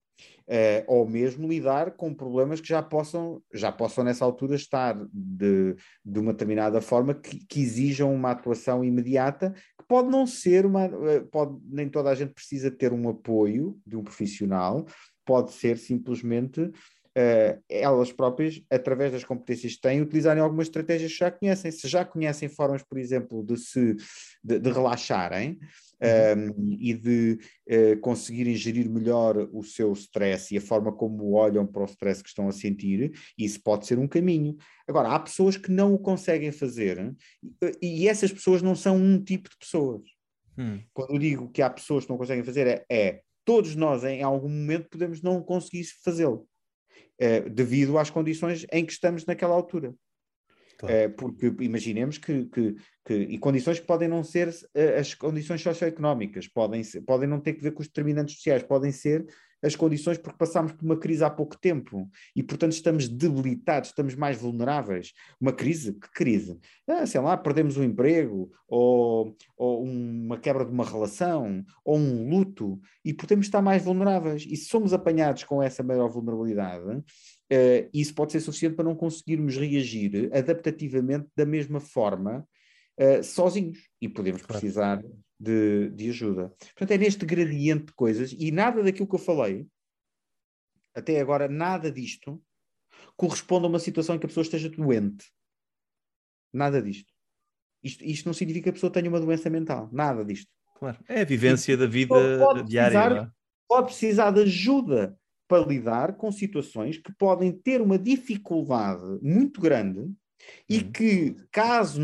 Ou mesmo lidar com problemas que já possam nessa altura estar de uma determinada forma que exijam uma atuação imediata, que pode não ser nem toda a gente precisa ter um apoio de um profissional, pode ser simplesmente elas próprias, através das competências que têm, utilizarem algumas estratégias que já conhecem. Se já conhecem formas, por exemplo, de relaxarem, e de conseguirem gerir melhor o seu stress e a forma como olham para o stress que estão a sentir, isso pode ser um caminho. Agora, há pessoas que não o conseguem fazer, e essas pessoas não são um tipo de pessoas. Quando eu digo que há pessoas que não conseguem fazer, todos nós em algum momento podemos não conseguir fazê-lo, devido às condições em que estamos naquela altura. Claro. Porque imaginemos e condições que podem não ser as condições socioeconómicas, podem não ter que ver com os determinantes sociais, podem ser as condições porque passámos por uma crise há pouco tempo e, portanto, estamos debilitados, estamos mais vulneráveis. Uma crise? Que crise? Sei lá, perdemos um emprego, ou uma quebra de uma relação, ou um luto, e podemos estar mais vulneráveis. E se somos apanhados com essa maior vulnerabilidade, isso pode ser suficiente para não conseguirmos reagir adaptativamente da mesma forma sozinhos, e podemos precisar de ajuda. Portanto, é neste gradiente de coisas, e nada daquilo que eu falei até agora, nada disto corresponde a uma situação em que a pessoa esteja doente. Nada disto. Isto não significa que a pessoa tenha uma doença mental. Nada disto. Claro. É a vivência da vida diária. Não é? Pode precisar de ajuda para lidar com situações que podem ter uma dificuldade muito grande e que, caso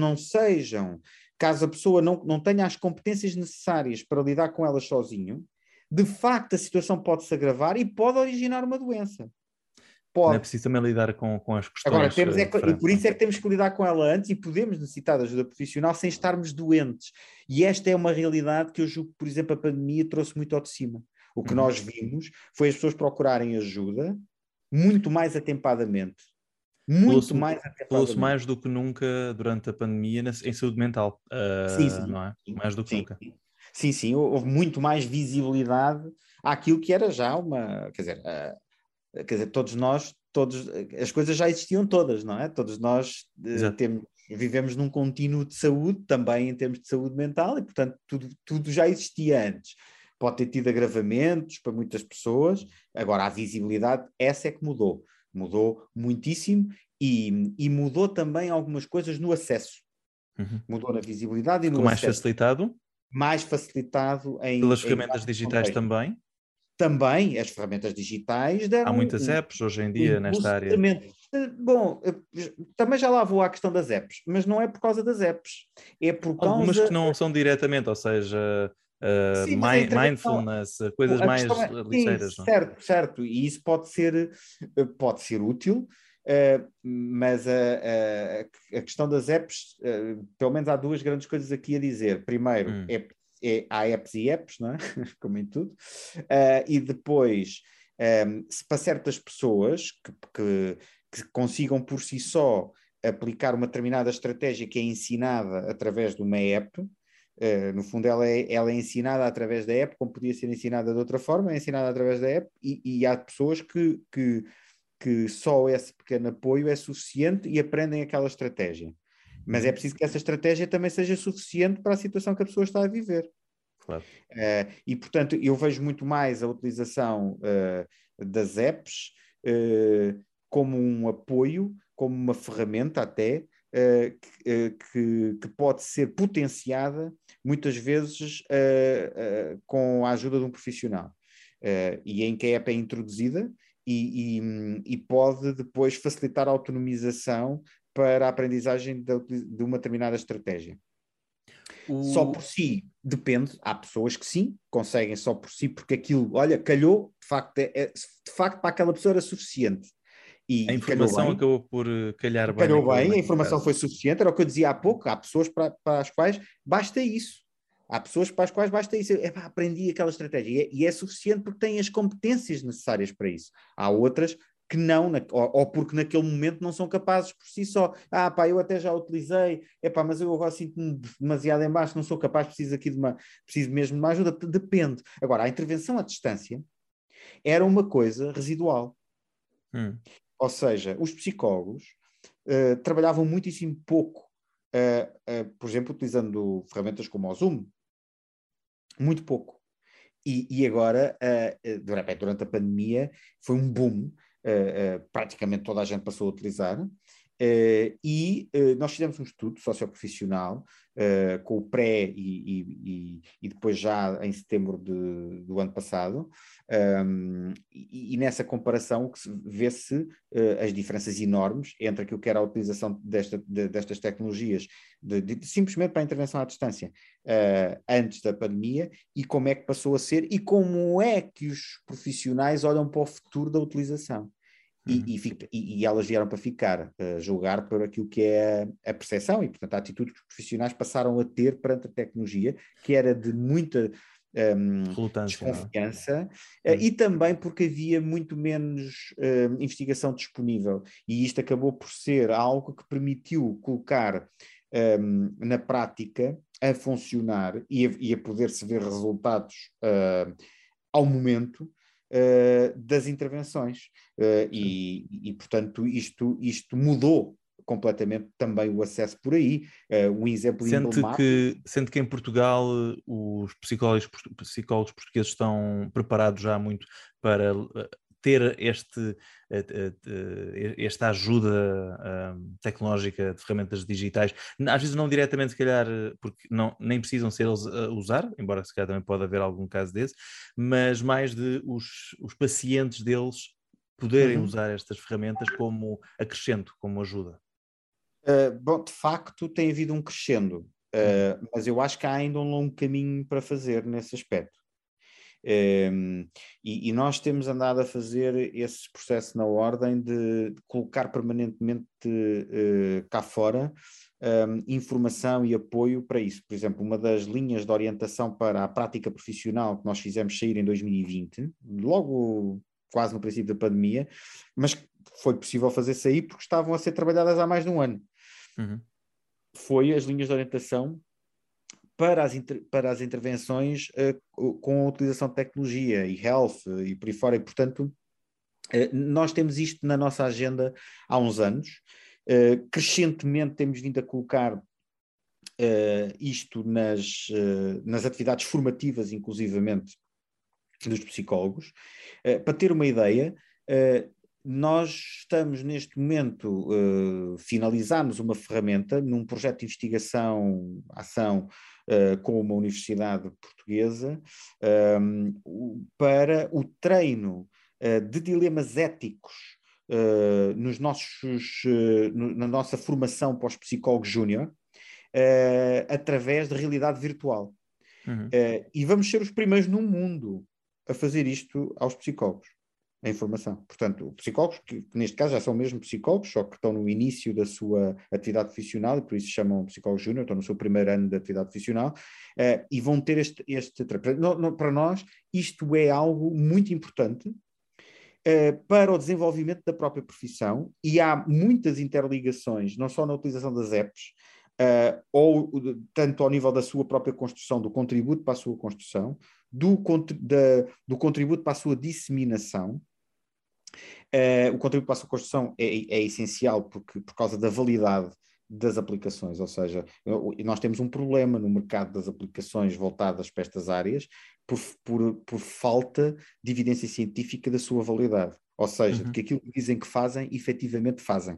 a pessoa não tenha as competências necessárias para lidar com elas sozinho, de facto a situação pode se agravar e pode originar uma doença. Pode. Não é preciso também lidar com as questões. Agora, e por isso é que temos que lidar com ela antes, e podemos necessitar de ajuda profissional sem estarmos doentes. E esta é uma realidade que eu julgo que, por exemplo, a pandemia trouxe muito ao de cima. O que nós vimos foi as pessoas procurarem ajuda muito mais atempadamente. Falou-se mais do que nunca durante a pandemia em saúde mental. Sim. Não é? Mais do que nunca. Sim, houve muito mais visibilidade àquilo que era já uma... Quer dizer, todos nós, as coisas já existiam todas, não é? Todos nós vivemos num contínuo de saúde, também em termos de saúde mental, e portanto tudo já existia antes. Pode ter tido agravamentos para muitas pessoas, agora a visibilidade, essa é que mudou muitíssimo, e mudou também algumas coisas no acesso. Mudou na visibilidade e no acesso. Mais facilitado pelas ferramentas digitais também? Também as ferramentas digitais deram... Há muitas apps hoje em dia nesta área. Bom, também já lá vou à questão das apps, mas não é por causa das apps. É por causa... Algumas que não são diretamente, ou seja... Sim, mindfulness, coisas mais ligeiras. Certo, e isso pode ser útil, mas a questão das apps, pelo menos há duas grandes coisas aqui a dizer. Primeiro, há apps e apps, não é? Como em tudo, e depois, se para certas pessoas que consigam por si só aplicar uma determinada estratégia que é ensinada através de uma app, no fundo ela é ensinada através da app, como podia ser ensinada de outra forma, é ensinada através da app, e há pessoas que só esse pequeno apoio é suficiente e aprendem aquela estratégia. Mas é preciso que essa estratégia também seja suficiente para a situação que a pessoa está a viver. Claro. E, portanto, eu vejo muito mais a utilização das apps como um apoio, como uma ferramenta até, que pode ser potenciada muitas vezes com a ajuda de um profissional, e em que a app é introduzida e pode depois facilitar a autonomização para a aprendizagem de uma determinada estratégia. Só por si, depende. Há pessoas que sim, conseguem só por si, porque aquilo, olha, calhou, de facto para aquela pessoa era suficiente. A informação acabou por calhar bem. Calhou bem, a informação foi suficiente, era o que eu dizia há pouco, há pessoas para as quais basta isso. Há pessoas para as quais basta isso. Aprendi aquela estratégia e é suficiente porque têm as competências necessárias para isso. Há outras que não, ou porque naquele momento não são capazes por si só. Eu até já utilizei, mas eu agora sinto-me demasiado em baixo, não sou capaz, preciso mesmo de uma ajuda. Depende. Agora, a intervenção à distância era uma coisa residual. Ou seja, os psicólogos trabalhavam muitíssimo pouco, por exemplo, utilizando ferramentas como o Zoom. Muito pouco. E agora, durante a pandemia, foi um boom. Praticamente toda a gente passou a utilizar. Nós fizemos um estudo socioprofissional com o pré e depois já em setembro do ano passado, e nessa comparação vê-se as diferenças enormes entre aquilo que era a utilização destas tecnologias simplesmente para a intervenção à distância antes da pandemia e como é que passou a ser e como é que os profissionais olham para o futuro da utilização. E elas vieram para ficar, a julgar por aquilo que é a percepção e, portanto, a atitude que os profissionais passaram a ter perante a tecnologia, que era de muita desconfiança, e também porque havia muito menos investigação disponível. E isto acabou por ser algo que permitiu colocar na prática a funcionar e a poder-se ver resultados ao momento das intervenções portanto isto mudou completamente também o acesso por aí. Um exemplo emblemático. Sente que em Portugal os psicólogos portugueses estão preparados já muito para ter esta ajuda tecnológica de ferramentas digitais, às vezes não diretamente, se calhar, porque nem precisam ser eles a usar, embora se calhar também pode haver algum caso desse, mas mais de os pacientes deles poderem usar estas ferramentas como acrescento, como ajuda. De facto tem havido um crescendo, mas eu acho que há ainda um longo caminho para fazer nesse aspecto. E nós temos andado a fazer esse processo na ordem de colocar permanentemente cá fora informação e apoio para isso. Por exemplo, uma das linhas de orientação para a prática profissional que nós fizemos sair em 2020, logo quase no princípio da pandemia, mas foi possível fazer sair porque estavam a ser trabalhadas há mais de um ano. Foi as linhas de orientação para as intervenções com a utilização de tecnologia e health e por aí fora, e portanto nós temos isto na nossa agenda há uns anos. Crescentemente temos vindo a colocar isto nas atividades formativas, inclusivamente dos psicólogos. Para ter uma ideia, nós estamos neste momento, finalizamos uma ferramenta num projeto de ação com uma universidade portuguesa para o treino de dilemas éticos na nossa formação para os psicólogos júnior através de realidade virtual. E vamos ser os primeiros no mundo a fazer isto aos psicólogos, a informação. Portanto, psicólogos que neste caso já são mesmo psicólogos, só que estão no início da sua atividade profissional e por isso se chamam psicólogos júnior, estão no seu primeiro ano de atividade profissional e vão ter este para nós isto é algo muito importante para o desenvolvimento da própria profissão, e há muitas interligações, não só na utilização das apps, ou tanto ao nível da sua própria construção, do contributo para a sua construção, do contributo para a sua disseminação. O contributo para a sua construção é essencial por causa da validade das aplicações, ou seja, nós temos um problema no mercado das aplicações voltadas para estas áreas por falta de evidência científica da sua validade, ou seja, de que aquilo que dizem que fazem, efetivamente fazem.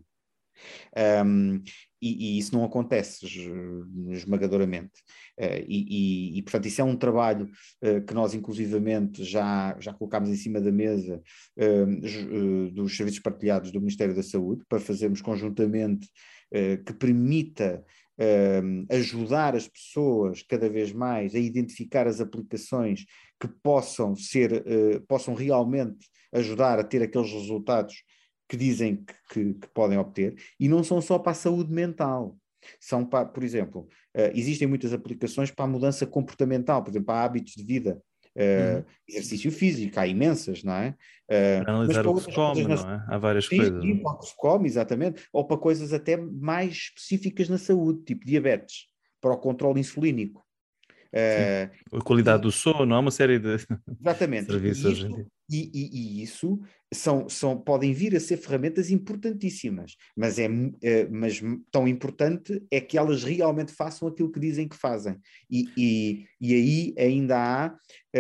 E isso não acontece esmagadoramente. Portanto, isso é um trabalho que nós, inclusivamente, já colocámos em cima da mesa dos serviços partilhados do Ministério da Saúde, para fazermos conjuntamente que permita ajudar as pessoas cada vez mais a identificar as aplicações que possam realmente ajudar a ter aqueles resultados que dizem que podem obter, e não são só para a saúde mental. São para, por exemplo, existem muitas aplicações para a mudança comportamental, por exemplo, para hábitos de vida, exercício físico, há imensas, não é? Para Mas analisar para o que se outras coisas come, não é? Há várias sim, coisas, não sim, é? para o que se come, exatamente, ou para coisas até mais específicas na saúde, tipo diabetes, para o controle insulínico. Sim. Uh, A qualidade do sono, há uma série de Exatamente, serviços hoje em dia. e isso podem vir a ser ferramentas importantíssimas, mas tão importante é que elas realmente façam aquilo que dizem que fazem. E aí ainda há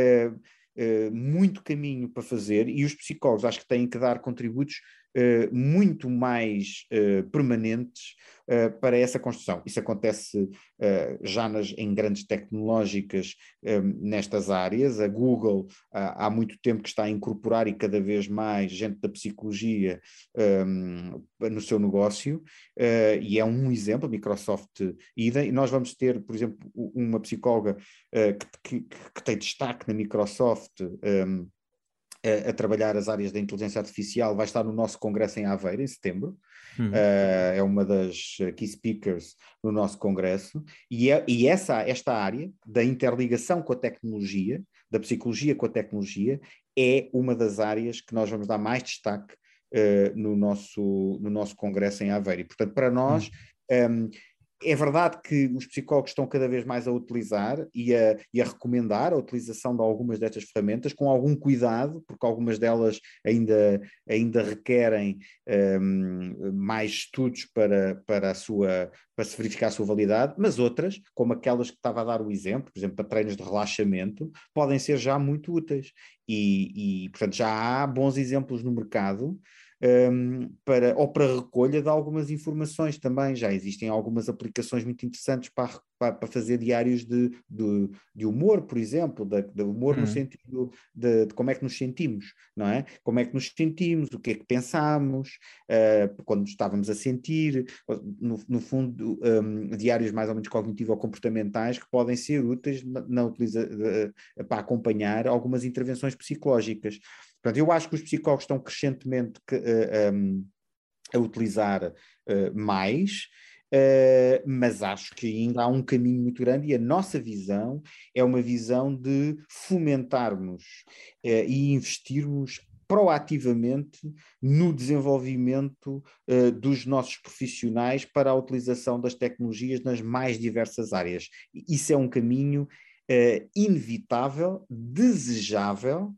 muito caminho para fazer, e os psicólogos acho que têm que dar contributos muito mais permanentes para essa construção. Isso acontece já em grandes tecnológicas nestas áreas. A Google há muito tempo que está a incorporar e cada vez mais gente da psicologia no seu negócio, e é um exemplo, a Microsoft idem. Nós vamos ter, por exemplo, uma psicóloga que tem destaque na Microsoft a trabalhar as áreas da inteligência artificial, vai estar no nosso congresso em Aveiro, em setembro. É uma das key speakers no nosso congresso, e esta área da interligação com a tecnologia, da psicologia com a tecnologia, é uma das áreas que nós vamos dar mais destaque no nosso congresso em Aveiro. E, portanto, para nós, é verdade que os psicólogos estão cada vez mais a utilizar e a recomendar a utilização de algumas destas ferramentas, com algum cuidado, porque algumas delas ainda requerem mais estudos para se verificar a sua validade, mas outras, como aquelas que estava a dar o exemplo, por exemplo, para treinos de relaxamento, podem ser já muito úteis. Portanto, já há bons exemplos no mercado para recolha de algumas informações também. Já existem algumas aplicações muito interessantes para fazer diários de humor, por exemplo, de humor no sentido de como é que nos sentimos, não é? Como é que nos sentimos, o que é que pensamos, quando estávamos a sentir, no fundo, diários mais ou menos cognitivo-comportamentais que podem ser úteis para acompanhar algumas intervenções psicológicas. Portanto, eu acho que os psicólogos estão crescentemente a utilizar mais, mas acho que ainda há um caminho muito grande, e a nossa visão é uma visão de fomentarmos e investirmos proativamente no desenvolvimento dos nossos profissionais para a utilização das tecnologias nas mais diversas áreas. Isso é um caminho inevitável, desejável,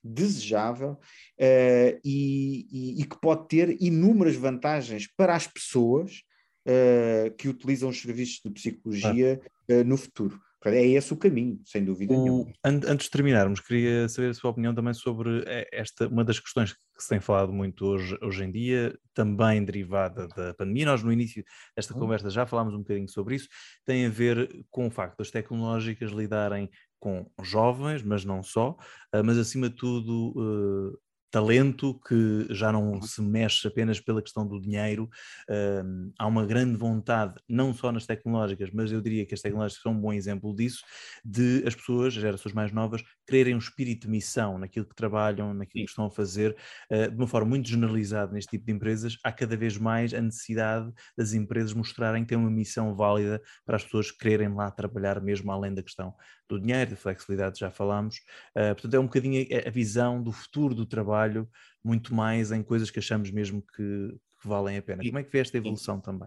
e que pode ter inúmeras vantagens para as pessoas que utilizam os serviços de psicologia no futuro. É esse o caminho, sem dúvida nenhuma. Antes de terminarmos, queria saber a sua opinião também sobre uma das questões que se tem falado muito hoje em dia, também derivada da pandemia. Nós no início desta conversa já falámos um bocadinho sobre isso, tem a ver com o facto das tecnológicas lidarem com jovens, mas não só, mas acima de tudo talento que já não se mexe apenas pela questão do dinheiro. Há uma grande vontade, não só nas tecnológicas, mas eu diria que as tecnológicas são um bom exemplo disso, de as pessoas, as gerações mais novas, quererem um espírito de missão naquilo que trabalham, naquilo que estão a fazer, de uma forma muito generalizada neste tipo de empresas. Há cada vez mais a necessidade das empresas mostrarem que têm uma missão válida para as pessoas quererem lá trabalhar, mesmo além da questão do dinheiro, da flexibilidade, já falámos. Portanto, é um bocadinho a visão do futuro do trabalho, muito mais em coisas que achamos mesmo que valem a pena. Como é que vê esta evolução também?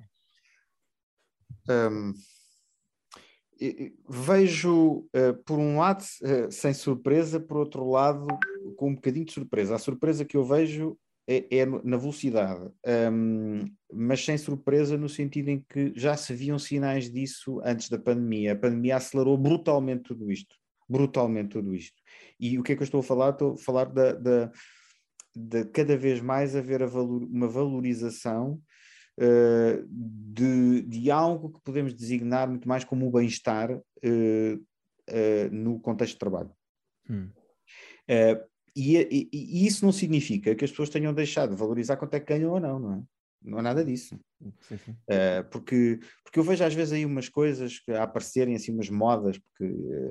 Vejo, por um lado, sem surpresa, por outro lado, com um bocadinho de surpresa. A surpresa que eu vejo é na velocidade, mas sem surpresa no sentido em que já se viam sinais disso antes da pandemia. A pandemia acelerou brutalmente tudo isto. E o que é que eu estou a falar? Estou a falar de cada vez mais haver uma valorização de algo que podemos designar muito mais como o bem-estar no contexto de trabalho. E isso não significa que as pessoas tenham deixado de valorizar quanto é que ganham ou não, não é? Não há nada disso. Sim, sim. Porque eu vejo às vezes aí umas coisas a aparecerem, assim, umas modas, porque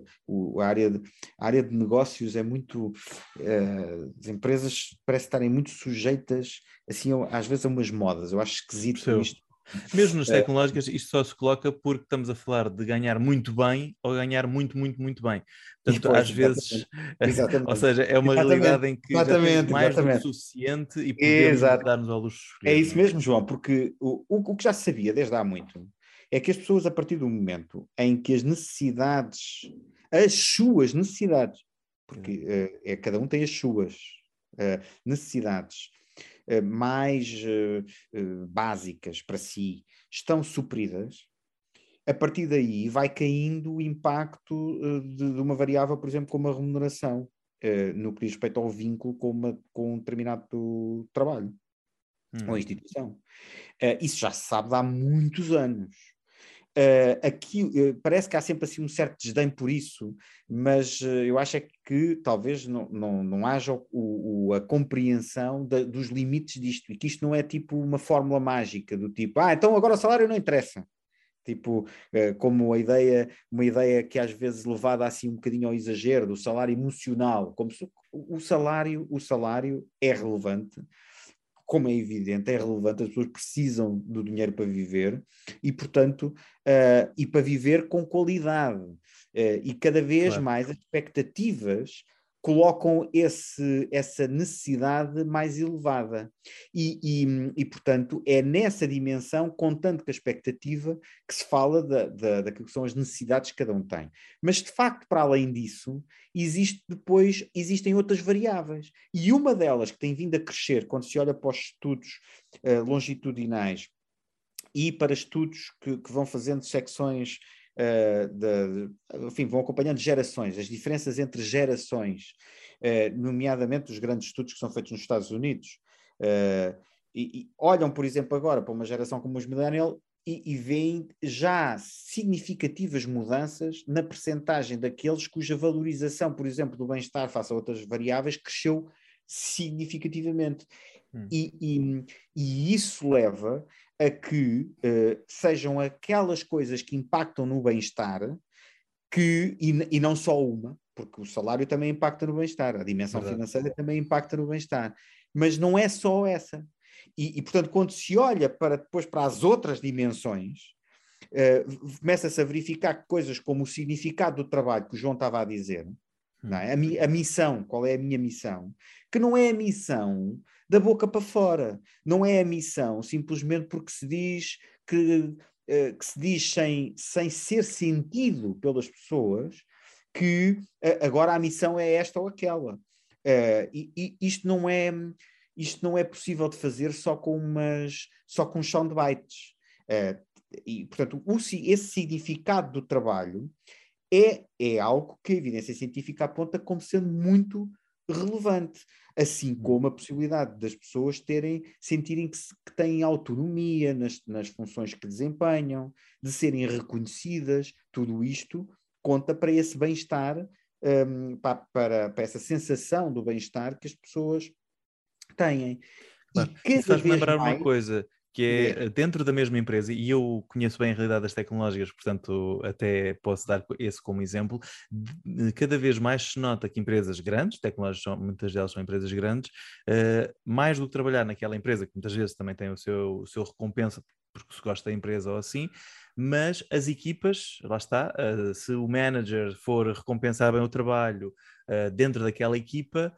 a área de negócios é muito... as empresas parecem estarem muito sujeitas, assim, às vezes a umas modas. Eu acho esquisito Percebo. isto. Mesmo nas tecnológicas, isto só se coloca porque estamos a falar de ganhar muito bem ou ganhar muito, muito, muito bem. E Portanto, pois, às vezes, ou exatamente. seja, é uma realidade Exatamente, em que já temos exatamente, mais do que exatamente. suficiente e podemos Exato. dar-nos ao luxo de É escolher, isso não é? mesmo, João, porque o que já se sabia desde há muito é que as pessoas, a partir do momento em que as suas necessidades, porque cada um tem as suas necessidades mais básicas para si, estão supridas, a partir daí vai caindo o impacto de uma variável, por exemplo, como a remuneração, no que diz respeito ao vínculo com um determinado trabalho ou instituição. Isso já se sabe de há muitos anos. Aqui parece que há sempre assim um certo desdém por isso, mas eu acho é que talvez não haja a compreensão dos limites disto, e que isto não é tipo uma fórmula mágica do tipo, então agora o salário não interessa. Tipo, como uma ideia que às vezes levada assim um bocadinho ao exagero, do salário emocional, como se o salário é relevante, como é evidente, é relevante, as pessoas precisam do dinheiro para viver e, portanto, e para viver com qualidade. E cada vez Claro. mais as expectativas colocam essa necessidade mais elevada. E, portanto, é nessa dimensão, contando com a expectativa, que se fala daquilo que são as necessidades que cada um tem. Mas, de facto, para além disso, existem outras variáveis. E uma delas que tem vindo a crescer quando se olha para os estudos longitudinais e para estudos que vão fazendo secções, enfim, vão acompanhando gerações, as diferenças entre gerações, nomeadamente os grandes estudos que são feitos nos Estados Unidos, e olham, por exemplo, agora para uma geração como os millennials e veem já significativas mudanças na percentagem daqueles cuja valorização, por exemplo, do bem-estar face a outras variáveis, cresceu significativamente. E isso leva a que sejam aquelas coisas que impactam no bem-estar, e não só uma, porque o salário também impacta no bem-estar, a dimensão financeira também impacta no bem-estar, mas não é só essa. E, portanto, quando se olha depois para as outras dimensões, começa-se a verificar coisas como o significado do trabalho que o João estava a dizer, não é? A missão, qual é a minha missão? Que não é a missão da boca para fora, não é a missão simplesmente porque se diz que se diz sem ser sentido pelas pessoas que agora a missão é esta ou aquela. E isto não é possível de fazer só com uns soundbites. E, portanto, esse significado do trabalho é algo que a evidência científica aponta como sendo muito relevante, assim como a possibilidade das pessoas sentirem que têm autonomia nas funções que desempenham, de serem reconhecidas. Tudo isto conta para esse bem-estar, para essa sensação do bem-estar que as pessoas têm. Claro. E Isso cada faz-me vez lembrar uma mais... coisa, que é dentro da mesma empresa, e eu conheço bem a realidade das tecnológicas, portanto até posso dar esse como exemplo, cada vez mais se nota que empresas grandes, tecnológicas, muitas delas são empresas grandes, mais do que trabalhar naquela empresa, que muitas vezes também tem o seu recompensa, porque se gosta da empresa ou assim, mas as equipas, lá está, se o manager for recompensar bem o trabalho dentro daquela equipa,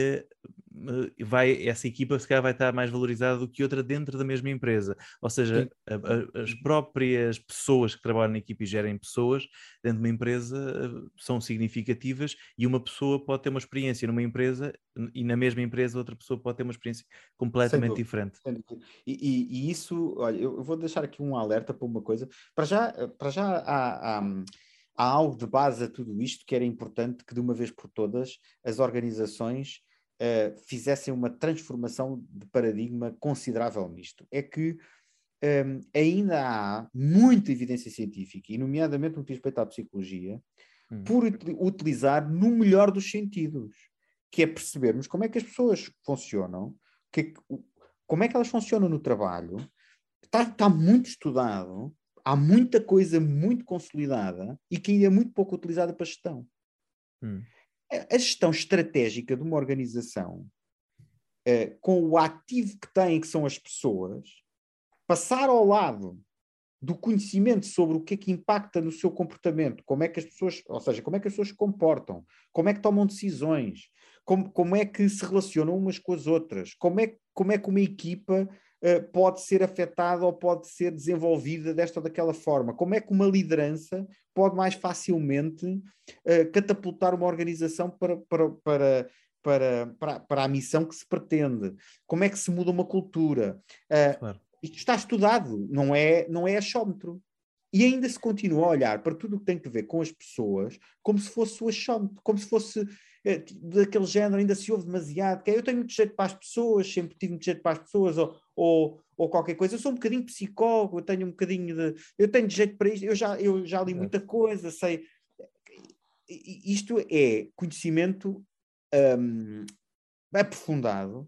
essa equipa se calhar vai estar mais valorizada do que outra dentro da mesma empresa. Ou seja, as próprias pessoas que trabalham na equipa e gerem pessoas dentro de uma empresa são significativas, e uma pessoa pode ter uma experiência numa empresa e na mesma empresa outra pessoa pode ter uma experiência completamente diferente. E isso, olha, eu vou deixar aqui um alerta para uma coisa. Para já há algo de base a tudo isto que era importante que de uma vez por todas as organizações fizessem uma transformação de paradigma considerável nisto. É que ainda há muita evidência científica, e nomeadamente no que diz respeito à psicologia, por utilizar no melhor dos sentidos, que é percebermos como é que as pessoas funcionam, como é que elas funcionam no trabalho, está muito estudado, há muita coisa muito consolidada e que ainda é muito pouco utilizada para gestão. A gestão estratégica de uma organização, com o ativo que tem, que são as pessoas, passar ao lado do conhecimento sobre o que é que impacta no seu comportamento, como é que as pessoas, ou seja, como é que as pessoas se comportam, como é que tomam decisões, como é que se relacionam umas com as outras, como é que uma equipa pode ser afetada ou pode ser desenvolvida desta ou daquela forma, como é que uma liderança pode mais facilmente catapultar uma organização para a missão que se pretende, como é que se muda uma cultura. Claro. Isto está estudado, não é achómetro. E ainda se continua a olhar para tudo o que tem a ver com as pessoas como se fosse o achómetro, como se fosse daquele género, ainda se ouve demasiado, que eu tenho muito jeito para as pessoas, sempre tive muito jeito para as pessoas, ou qualquer coisa. Eu sou um bocadinho psicólogo, eu tenho de jeito para isto, eu já li muita coisa, sei. Isto é conhecimento aprofundado.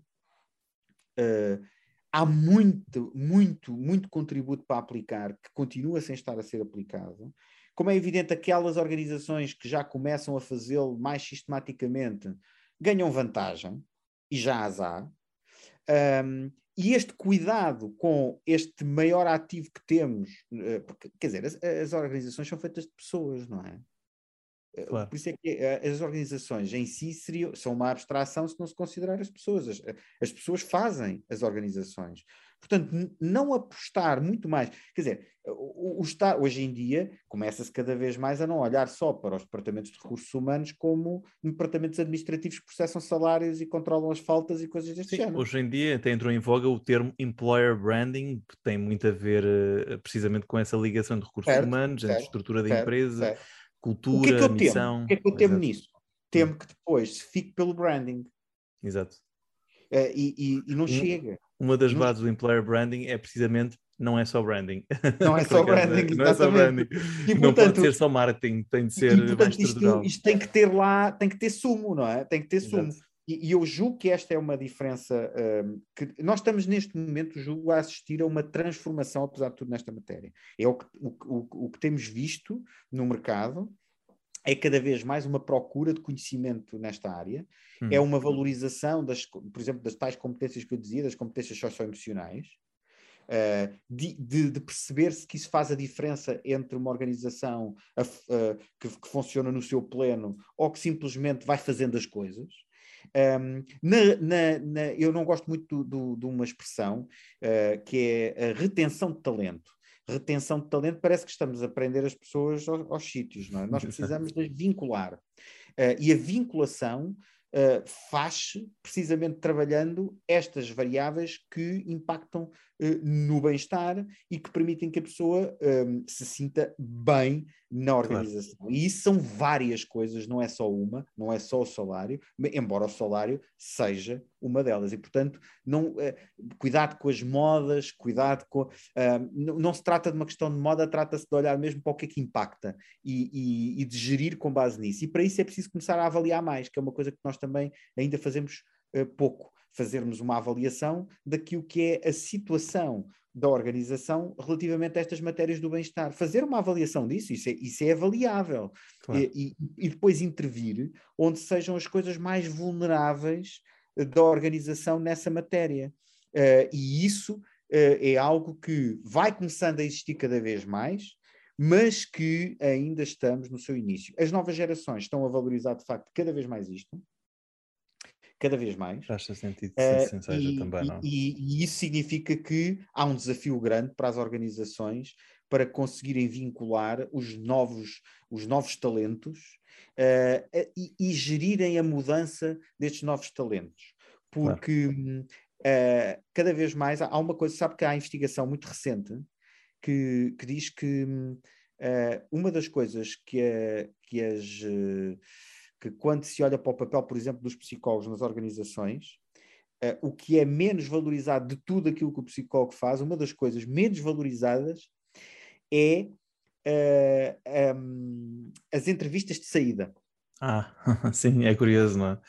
Há muito, muito, muito contributo para aplicar que continua sem estar a ser aplicado. Como é evidente, aquelas organizações que já começam a fazê-lo mais sistematicamente ganham vantagem, e já as há. E este cuidado com este maior ativo que temos, porque, quer dizer, as organizações são feitas de pessoas, não é? Claro. Por isso é que as organizações em si são uma abstração se não se considerar as pessoas. As pessoas fazem as organizações. Portanto, não apostar muito mais. Quer dizer, hoje em dia começa-se cada vez mais a não olhar só para os departamentos de recursos humanos como departamentos administrativos que processam salários e controlam as faltas e coisas deste género. Hoje em dia até entrou em voga o termo employer branding, que tem muito a ver precisamente com essa ligação de recursos humanos, entre estrutura da empresa... cultura, o que é que eu missão... Temo? O que é que eu temo nisso? Temo que depois se fique pelo branding. Exato. E não chega. Uma das bases do employer branding é precisamente não é só branding. Não é só branding, não é só branding. E, não portanto, pode ser só marketing, tem de ser mais estrutural. Isto tem que ter lá, tem que ter sumo, não é? Tem que ter sumo. Exato. E eu julgo que esta é uma diferença que nós estamos neste momento, julgo, a assistir a uma transformação, apesar de tudo, nesta matéria. É o que temos visto no mercado, é cada vez mais uma procura de conhecimento nesta área, é uma valorização, por exemplo, das tais competências que eu dizia, das competências socioemocionais, de perceber-se que isso faz a diferença entre uma organização que funciona no seu pleno ou que simplesmente vai fazendo as coisas. Eu não gosto muito de uma expressão que é a retenção de talento. Retenção de talento, parece que estamos a prender as pessoas aos sítios, não é? Nós precisamos de vincular. E a vinculação faz-se precisamente trabalhando estas variáveis que impactam no bem-estar e que permitem que a pessoa se sinta bem na organização. Claro. E isso são várias coisas, não é só uma, não é só o salário, embora o salário seja uma delas. E, portanto, cuidado com as modas, cuidado com... não se trata de uma questão de moda, trata-se de olhar mesmo para o que é que impacta e de gerir com base nisso. E para isso é preciso começar a avaliar mais, que é uma coisa que nós também ainda fazemos pouco. Fazermos uma avaliação daquilo que é a situação da organização relativamente a estas matérias do bem-estar. Fazer uma avaliação disso, isso é avaliável. Claro. E depois intervir onde sejam as coisas mais vulneráveis da organização nessa matéria. E isso é algo que vai começando a existir cada vez mais, mas que ainda estamos no seu início. As novas gerações estão a valorizar, de facto, cada vez mais isto. Cada vez mais. Faz sentido que assim seja também, não? E isso significa que há um desafio grande para as organizações para conseguirem vincular os novos talentos e gerirem a mudança destes novos talentos. Porque cada vez mais há uma coisa, sabe que há investigação muito recente que diz que uma das coisas que quando se olha para o papel, por exemplo, dos psicólogos nas organizações, o que é menos valorizado de tudo aquilo que o psicólogo faz, uma das coisas menos valorizadas é as entrevistas de saída. Sim, é curioso, não é?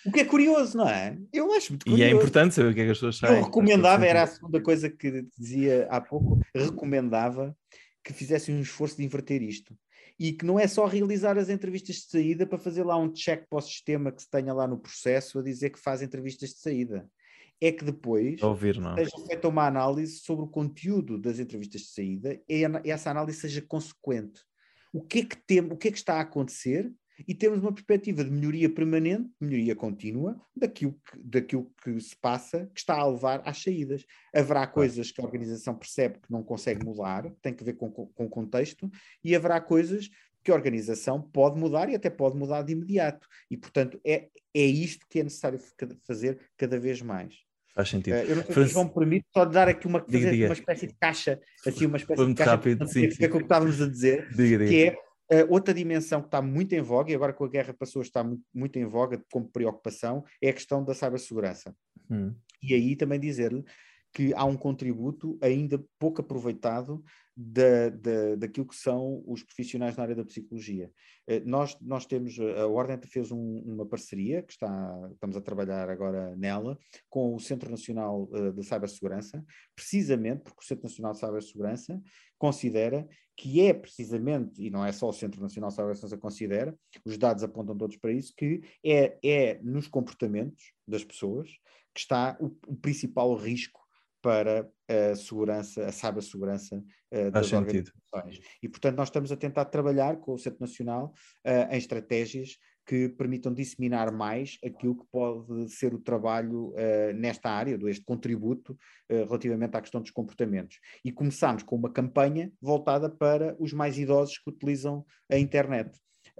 O que é curioso, não é? Eu acho muito curioso. E é importante saber o que é que as pessoas sabem. Eu recomendava, era a segunda coisa que dizia há pouco, recomendava que fizessem um esforço de inverter isto. E que não é só realizar as entrevistas de saída para fazer lá um check para o sistema que se tenha lá no processo a dizer que faz entrevistas de saída. É que depois seja feita uma análise sobre o conteúdo das entrevistas de saída e essa análise seja consequente. O que é que está a acontecer? E temos uma perspectiva de melhoria permanente, melhoria contínua, daquilo que se passa, que está a levar às saídas. Haverá coisas que a organização percebe que não consegue mudar, tem que ver com o contexto, e haverá coisas que a organização pode mudar e até pode mudar de imediato. E, portanto, é isto que é necessário fazer cada vez mais. Faz sentido. Eu não sei se João me permite só dar aqui uma espécie de caixa, assim, uma espécie de caixa, rápido, sim. Que é o que estávamos a dizer, que é outra dimensão que está muito em voga, e agora com a guerra passou a estar muito em voga como preocupação, é a questão da cibersegurança. E aí também dizer-lhe que há um contributo ainda pouco aproveitado daquilo que são os profissionais na área da psicologia. Nós temos, a Ordem fez uma parceria, que estamos a trabalhar agora nela, com o Centro Nacional de Cibersegurança, precisamente porque o Centro Nacional de Cibersegurança considera que é precisamente, e não é só o Centro Nacional de Cibersegurança considera, os dados apontam todos para isso, que é nos comportamentos das pessoas que está o principal risco para a cibersegurança das organizações. E, portanto, nós estamos a tentar trabalhar com o Centro Nacional em estratégias que permitam disseminar mais aquilo que pode ser o trabalho nesta área, este contributo relativamente à questão dos comportamentos. E começámos com uma campanha voltada para os mais idosos que utilizam a internet.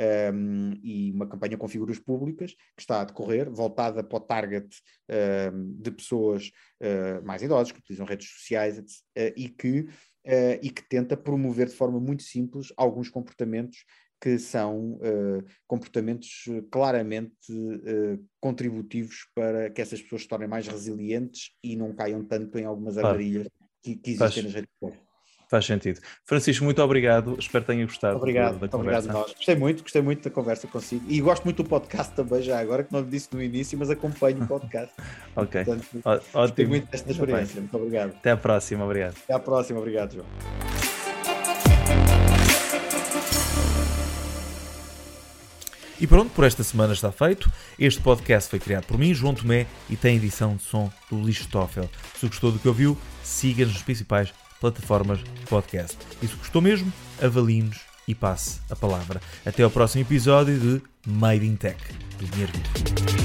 E uma campanha com figuras públicas que está a decorrer, voltada para o target de pessoas mais idosas, que utilizam redes sociais e que tenta promover de forma muito simples alguns comportamentos que são comportamentos claramente contributivos para que essas pessoas se tornem mais resilientes e não caiam tanto em algumas armadilhas que existem nas redes sociais. Faz sentido. Francisco, muito obrigado. Espero que tenha gostado da conversa. Obrigado nós. Gostei muito da conversa consigo. E gosto muito do podcast também, já agora, que não lhe disse no início, mas acompanho o podcast. Ok. Portanto, ótimo. Gostei muito desta experiência. Muito obrigado. Até à próxima. Obrigado. Até à próxima. Obrigado, João. E pronto, por esta semana está feito. Este podcast foi criado por mim, João Tomé, e tem edição de som do Lichtoffel. Se gostou do que ouviu, siga-nos nos principais plataformas de podcast. E se gostou mesmo, avalie-nos e passe a palavra. Até ao próximo episódio de Made in Tech, do Dinheiro Vivo.